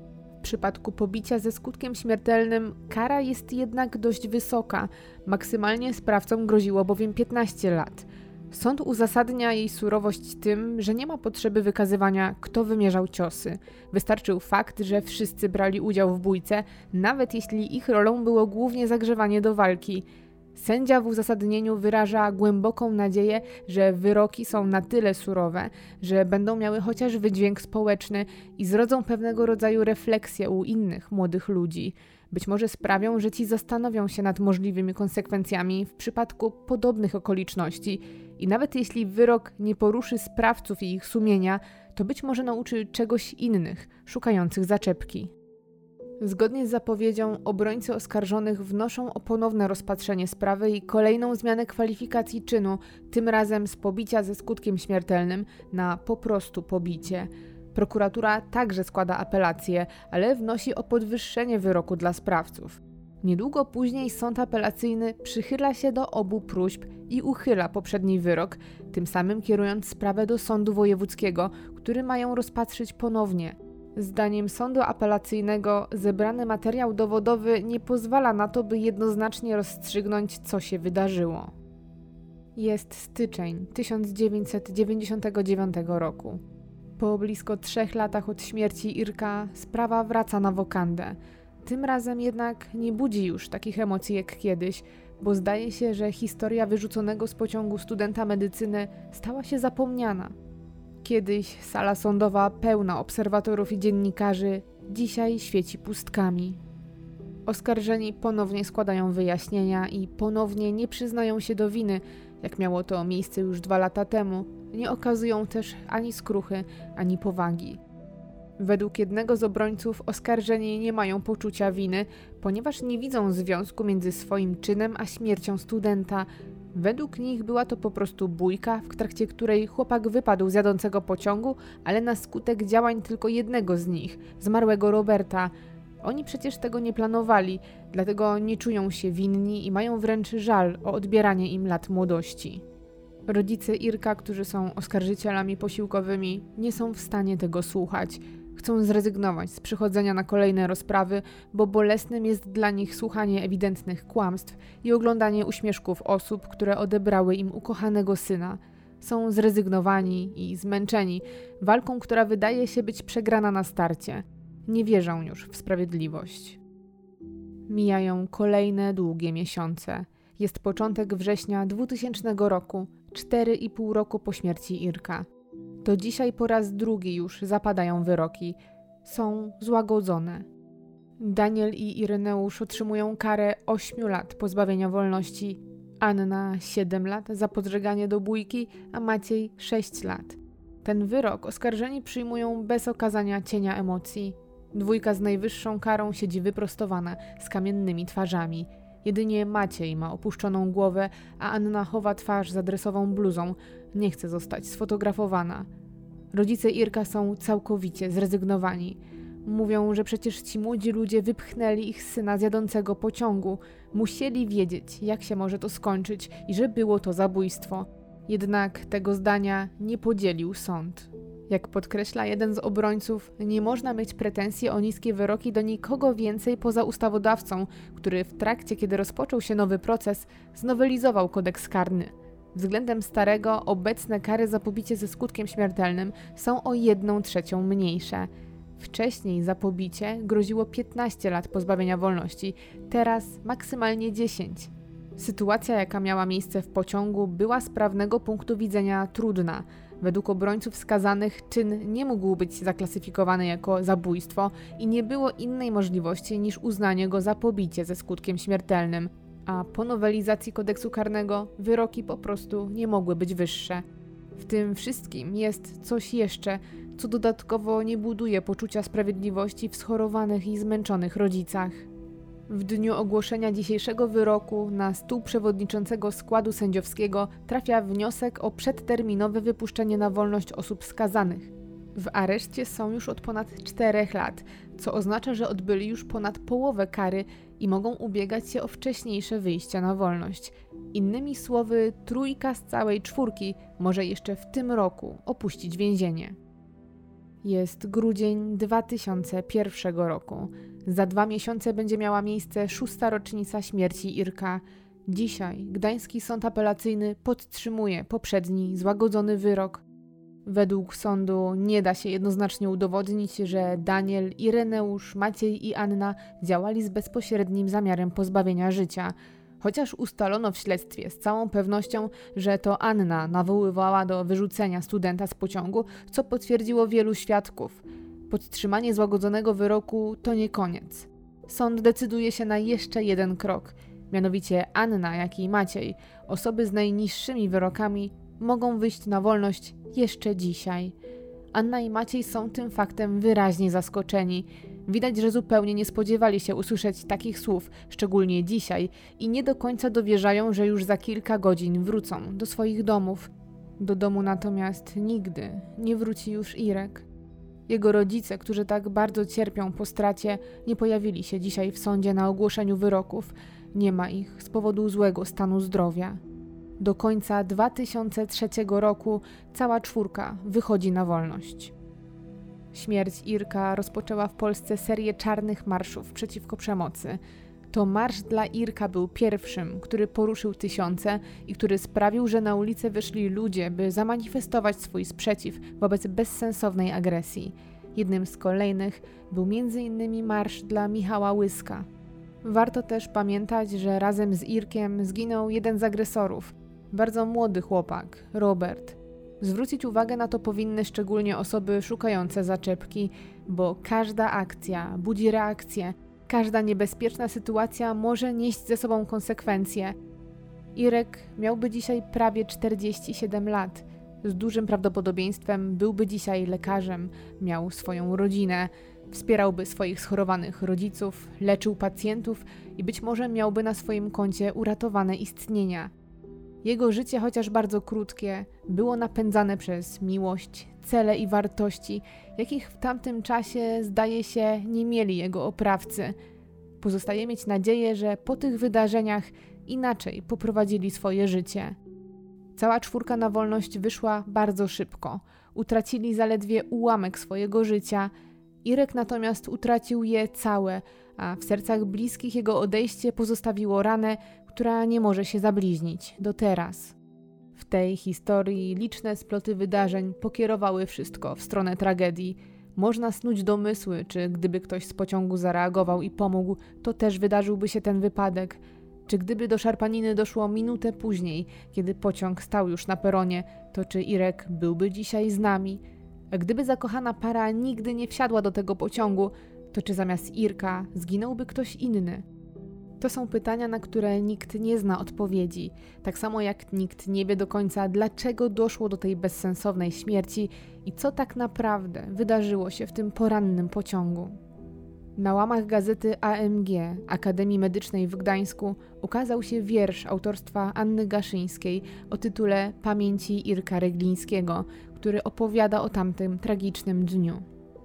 W przypadku pobicia ze skutkiem śmiertelnym kara jest jednak dość wysoka. Maksymalnie sprawcom groziło bowiem piętnaście lat. Sąd uzasadnia jej surowość tym, że nie ma potrzeby wykazywania, kto wymierzał ciosy. Wystarczył fakt, że wszyscy brali udział w bójce, nawet jeśli ich rolą było głównie zagrzewanie do walki. Sędzia w uzasadnieniu wyraża głęboką nadzieję, że wyroki są na tyle surowe, że będą miały chociaż wydźwięk społeczny i zrodzą pewnego rodzaju refleksję u innych młodych ludzi. Być może sprawią, że ci zastanowią się nad możliwymi konsekwencjami w przypadku podobnych okoliczności i nawet jeśli wyrok nie poruszy sprawców i ich sumienia, to być może nauczy czegoś innych, szukających zaczepki. Zgodnie z zapowiedzią obrońcy oskarżonych wnoszą o ponowne rozpatrzenie sprawy i kolejną zmianę kwalifikacji czynu, tym razem z pobicia ze skutkiem śmiertelnym na po prostu pobicie. Prokuratura także składa apelację, ale wnosi o podwyższenie wyroku dla sprawców. Niedługo później sąd apelacyjny przychyla się do obu próśb i uchyla poprzedni wyrok, tym samym kierując sprawę do sądu wojewódzkiego, który mają rozpatrzyć ponownie. Zdaniem sądu apelacyjnego zebrany materiał dowodowy nie pozwala na to, by jednoznacznie rozstrzygnąć, co się wydarzyło. Jest styczeń tysiąc dziewięćset dziewięćdziesiątego dziewiątego roku. Po blisko trzech latach od śmierci Irka sprawa wraca na wokandę. Tym razem jednak nie budzi już takich emocji jak kiedyś, bo zdaje się, że historia wyrzuconego z pociągu studenta medycyny stała się zapomniana. Kiedyś sala sądowa pełna obserwatorów i dziennikarzy, dzisiaj świeci pustkami. Oskarżeni ponownie składają wyjaśnienia i ponownie nie przyznają się do winy, jak miało to miejsce już dwa lata temu. Nie okazują też ani skruchy, ani powagi. Według jednego z obrońców oskarżeni nie mają poczucia winy, ponieważ nie widzą związku między swoim czynem a śmiercią studenta. Według nich była to po prostu bójka, w trakcie której chłopak wypadł z jadącego pociągu, ale na skutek działań tylko jednego z nich, zmarłego Roberta. Oni przecież tego nie planowali, dlatego nie czują się winni i mają wręcz żal o odbieranie im lat młodości. Rodzice Irka, którzy są oskarżycielami posiłkowymi, nie są w stanie tego słuchać. Chcą zrezygnować z przychodzenia na kolejne rozprawy, bo bolesnym jest dla nich słuchanie ewidentnych kłamstw i oglądanie uśmieszków osób, które odebrały im ukochanego syna. Są zrezygnowani i zmęczeni walką, która wydaje się być przegrana na starcie. Nie wierzą już w sprawiedliwość. Mijają kolejne długie miesiące. Jest początek września dwutysięcznego roku, cztery i pół roku po śmierci Irka. To dzisiaj po raz drugi już zapadają wyroki. Są złagodzone. Daniel i Ireneusz otrzymują karę ośmiu lat pozbawienia wolności, Anna siedem lat za podżeganie do bójki, a Maciej sześć lat. Ten wyrok oskarżeni przyjmują bez okazania cienia emocji. Dwójka z najwyższą karą siedzi wyprostowana, z kamiennymi twarzami. Jedynie Maciej ma opuszczoną głowę, a Anna chowa twarz za dresową bluzą. Nie chce zostać sfotografowana. Rodzice Irka są całkowicie zrezygnowani. Mówią, że przecież ci młodzi ludzie wypchnęli ich syna z jadącego pociągu. Musieli wiedzieć, jak się może to skończyć i że było to zabójstwo. Jednak tego zdania nie podzielił sąd. Jak podkreśla jeden z obrońców, nie można mieć pretensji o niskie wyroki do nikogo więcej poza ustawodawcą, który w trakcie, kiedy rozpoczął się nowy proces, znowelizował kodeks karny. Względem starego, obecne kary za pobicie ze skutkiem śmiertelnym są o jedną trzecią mniejsze. Wcześniej za pobicie groziło piętnaście lat pozbawienia wolności, teraz maksymalnie dziesięć. Sytuacja, jaka miała miejsce w pociągu, była z prawnego punktu widzenia trudna. Według obrońców skazanych czyn nie mógł być zaklasyfikowany jako zabójstwo i nie było innej możliwości niż uznanie go za pobicie ze skutkiem śmiertelnym, a po nowelizacji kodeksu karnego wyroki po prostu nie mogły być wyższe. W tym wszystkim jest coś jeszcze, co dodatkowo nie buduje poczucia sprawiedliwości w schorowanych i zmęczonych rodzicach. W dniu ogłoszenia dzisiejszego wyroku na stół przewodniczącego składu sędziowskiego trafia wniosek o przedterminowe wypuszczenie na wolność osób skazanych. W areszcie są już od ponad czterech lat, co oznacza, że odbyli już ponad połowę kary i mogą ubiegać się o wcześniejsze wyjścia na wolność. Innymi słowy, trójka z całej czwórki może jeszcze w tym roku opuścić więzienie. Jest grudzień dwa tysiące pierwszego roku. Za dwa miesiące będzie miała miejsce szósta rocznica śmierci Irka. Dzisiaj Gdański Sąd Apelacyjny podtrzymuje poprzedni złagodzony wyrok. Według sądu nie da się jednoznacznie udowodnić, że Daniel, Ireneusz, Maciej i Anna działali z bezpośrednim zamiarem pozbawienia życia. Chociaż ustalono w śledztwie z całą pewnością, że to Anna nawoływała do wyrzucenia studenta z pociągu, co potwierdziło wielu świadków. Podtrzymanie złagodzonego wyroku to nie koniec. Sąd decyduje się na jeszcze jeden krok. Mianowicie Anna, jak i Maciej, osoby z najniższymi wyrokami, mogą wyjść na wolność jeszcze dzisiaj. Anna i Maciej są tym faktem wyraźnie zaskoczeni. Widać, że zupełnie nie spodziewali się usłyszeć takich słów, szczególnie dzisiaj, i nie do końca dowierzają, że już za kilka godzin wrócą do swoich domów. Do domu natomiast nigdy nie wróci już Irek. Jego rodzice, którzy tak bardzo cierpią po stracie, nie pojawili się dzisiaj w sądzie na ogłoszeniu wyroków. Nie ma ich z powodu złego stanu zdrowia. Do końca dwa tysiące trzeciego roku cała czwórka wychodzi na wolność. Śmierć Irka rozpoczęła w Polsce serię czarnych marszów przeciwko przemocy. To marsz dla Irka był pierwszym, który poruszył tysiące i który sprawił, że na ulicę wyszli ludzie, by zamanifestować swój sprzeciw wobec bezsensownej agresji. Jednym z kolejnych był między innymi marsz dla Michała Łyska. Warto też pamiętać, że razem z Irkiem zginął jeden z agresorów, bardzo młody chłopak, Robert. Zwrócić uwagę na to powinny szczególnie osoby szukające zaczepki, bo każda akcja budzi reakcję, każda niebezpieczna sytuacja może nieść ze sobą konsekwencje. Irek miałby dzisiaj prawie czterdzieści siedem lat. z dużym prawdopodobieństwem byłby dzisiaj lekarzem, miał swoją rodzinę, wspierałby swoich schorowanych rodziców, leczył pacjentów i być może miałby na swoim koncie uratowane istnienia. Jego życie, chociaż bardzo krótkie, było napędzane przez miłość, cele i wartości, jakich w tamtym czasie, zdaje się, nie mieli jego oprawcy. Pozostaje mieć nadzieję, że po tych wydarzeniach inaczej poprowadzili swoje życie. Cała czwórka na wolność wyszła bardzo szybko. Utracili zaledwie ułamek swojego życia. Irek natomiast utracił je całe, a w sercach bliskich jego odejście pozostawiło ranę, która nie może się zabliźnić do teraz. W tej historii liczne sploty wydarzeń pokierowały wszystko w stronę tragedii. Można snuć domysły, czy gdyby ktoś z pociągu zareagował i pomógł, to też wydarzyłby się ten wypadek. Czy gdyby do szarpaniny doszło minutę później, kiedy pociąg stał już na peronie, to czy Irek byłby dzisiaj z nami? A gdyby zakochana para nigdy nie wsiadła do tego pociągu, to czy zamiast Irka zginąłby ktoś inny? To są pytania, na które nikt nie zna odpowiedzi, tak samo jak nikt nie wie do końca, dlaczego doszło do tej bezsensownej śmierci i co tak naprawdę wydarzyło się w tym porannym pociągu. Na łamach gazety A M G Akademii Medycznej w Gdańsku ukazał się wiersz autorstwa Anny Gaszyńskiej o tytule Pamięci Irka Reglińskiego, który opowiada o tamtym tragicznym dniu.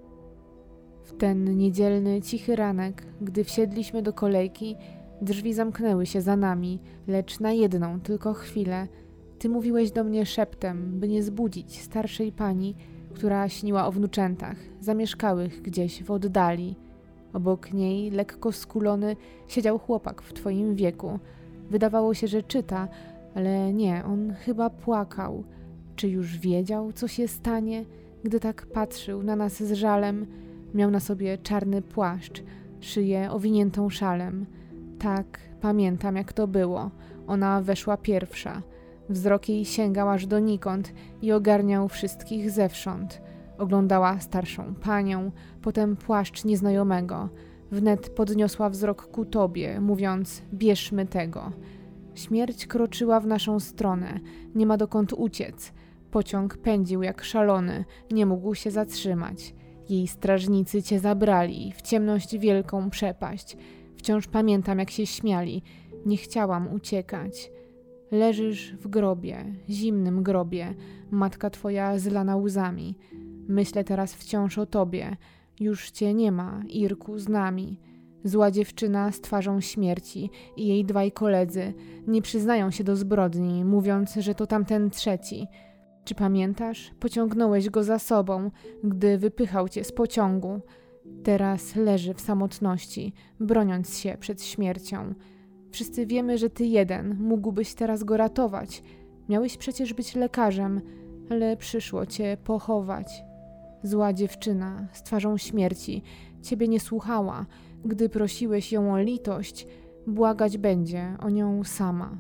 W ten niedzielny, cichy ranek, gdy wsiedliśmy do kolejki, drzwi zamknęły się za nami, lecz na jedną tylko chwilę. Ty mówiłeś do mnie szeptem, by nie zbudzić starszej pani, która śniła o wnuczętach, zamieszkałych gdzieś w oddali. Obok niej, lekko skulony, siedział chłopak w twoim wieku. Wydawało się, że czyta, ale nie, on chyba płakał. Czy już wiedział, co się stanie, gdy tak patrzył na nas z żalem? Miał na sobie czarny płaszcz, szyję owiniętą szalem. Tak, pamiętam, jak to było. Ona weszła pierwsza. Wzrok jej sięgał aż donikąd i ogarniał wszystkich zewsząd. Oglądała starszą panią, potem płaszcz nieznajomego. Wnet podniosła wzrok ku tobie, mówiąc: bierzmy tego. Śmierć kroczyła w naszą stronę, nie ma dokąd uciec. Pociąg pędził jak szalony, nie mógł się zatrzymać. Jej strażnicy cię zabrali w ciemność wielką przepaść. Wciąż pamiętam, jak się śmiali. Nie chciałam uciekać. Leżysz w grobie, zimnym grobie, matka twoja zlana łzami. Myślę teraz wciąż o tobie. Już cię nie ma, Irku, z nami. Zła dziewczyna z twarzą śmierci i jej dwaj koledzy nie przyznają się do zbrodni, mówiąc, że to tamten trzeci. Czy pamiętasz? Pociągnąłeś go za sobą, gdy wypychał cię z pociągu. Teraz leży w samotności, broniąc się przed śmiercią. Wszyscy wiemy, że ty jeden mógłbyś teraz go ratować. Miałeś przecież być lekarzem, ale przyszło cię pochować. Zła dziewczyna z twarzą śmierci ciebie nie słuchała. Gdy prosiłeś ją o litość, błagać będzie o nią sama.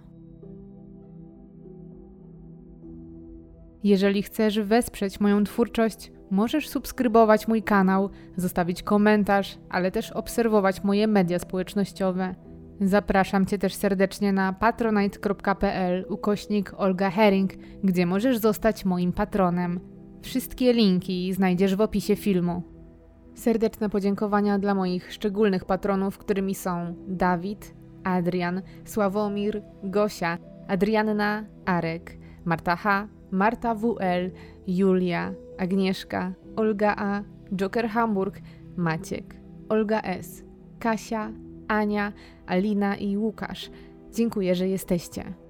Jeżeli chcesz wesprzeć moją twórczość, możesz subskrybować mój kanał, zostawić komentarz, ale też obserwować moje media społecznościowe. Zapraszam cię też serdecznie na patronite kropka p l ukośnik Olga Hering, gdzie możesz zostać moim patronem. Wszystkie linki znajdziesz w opisie filmu. Serdeczne podziękowania dla moich szczególnych patronów, którymi są Dawid, Adrian, Sławomir, Gosia, Adrianna, Arek, Marta H., Marta W L, Julia, Agnieszka, Olga A, Joker Hamburg, Maciek, Olga S, Kasia, Ania, Alina i Łukasz. Dziękuję, że jesteście.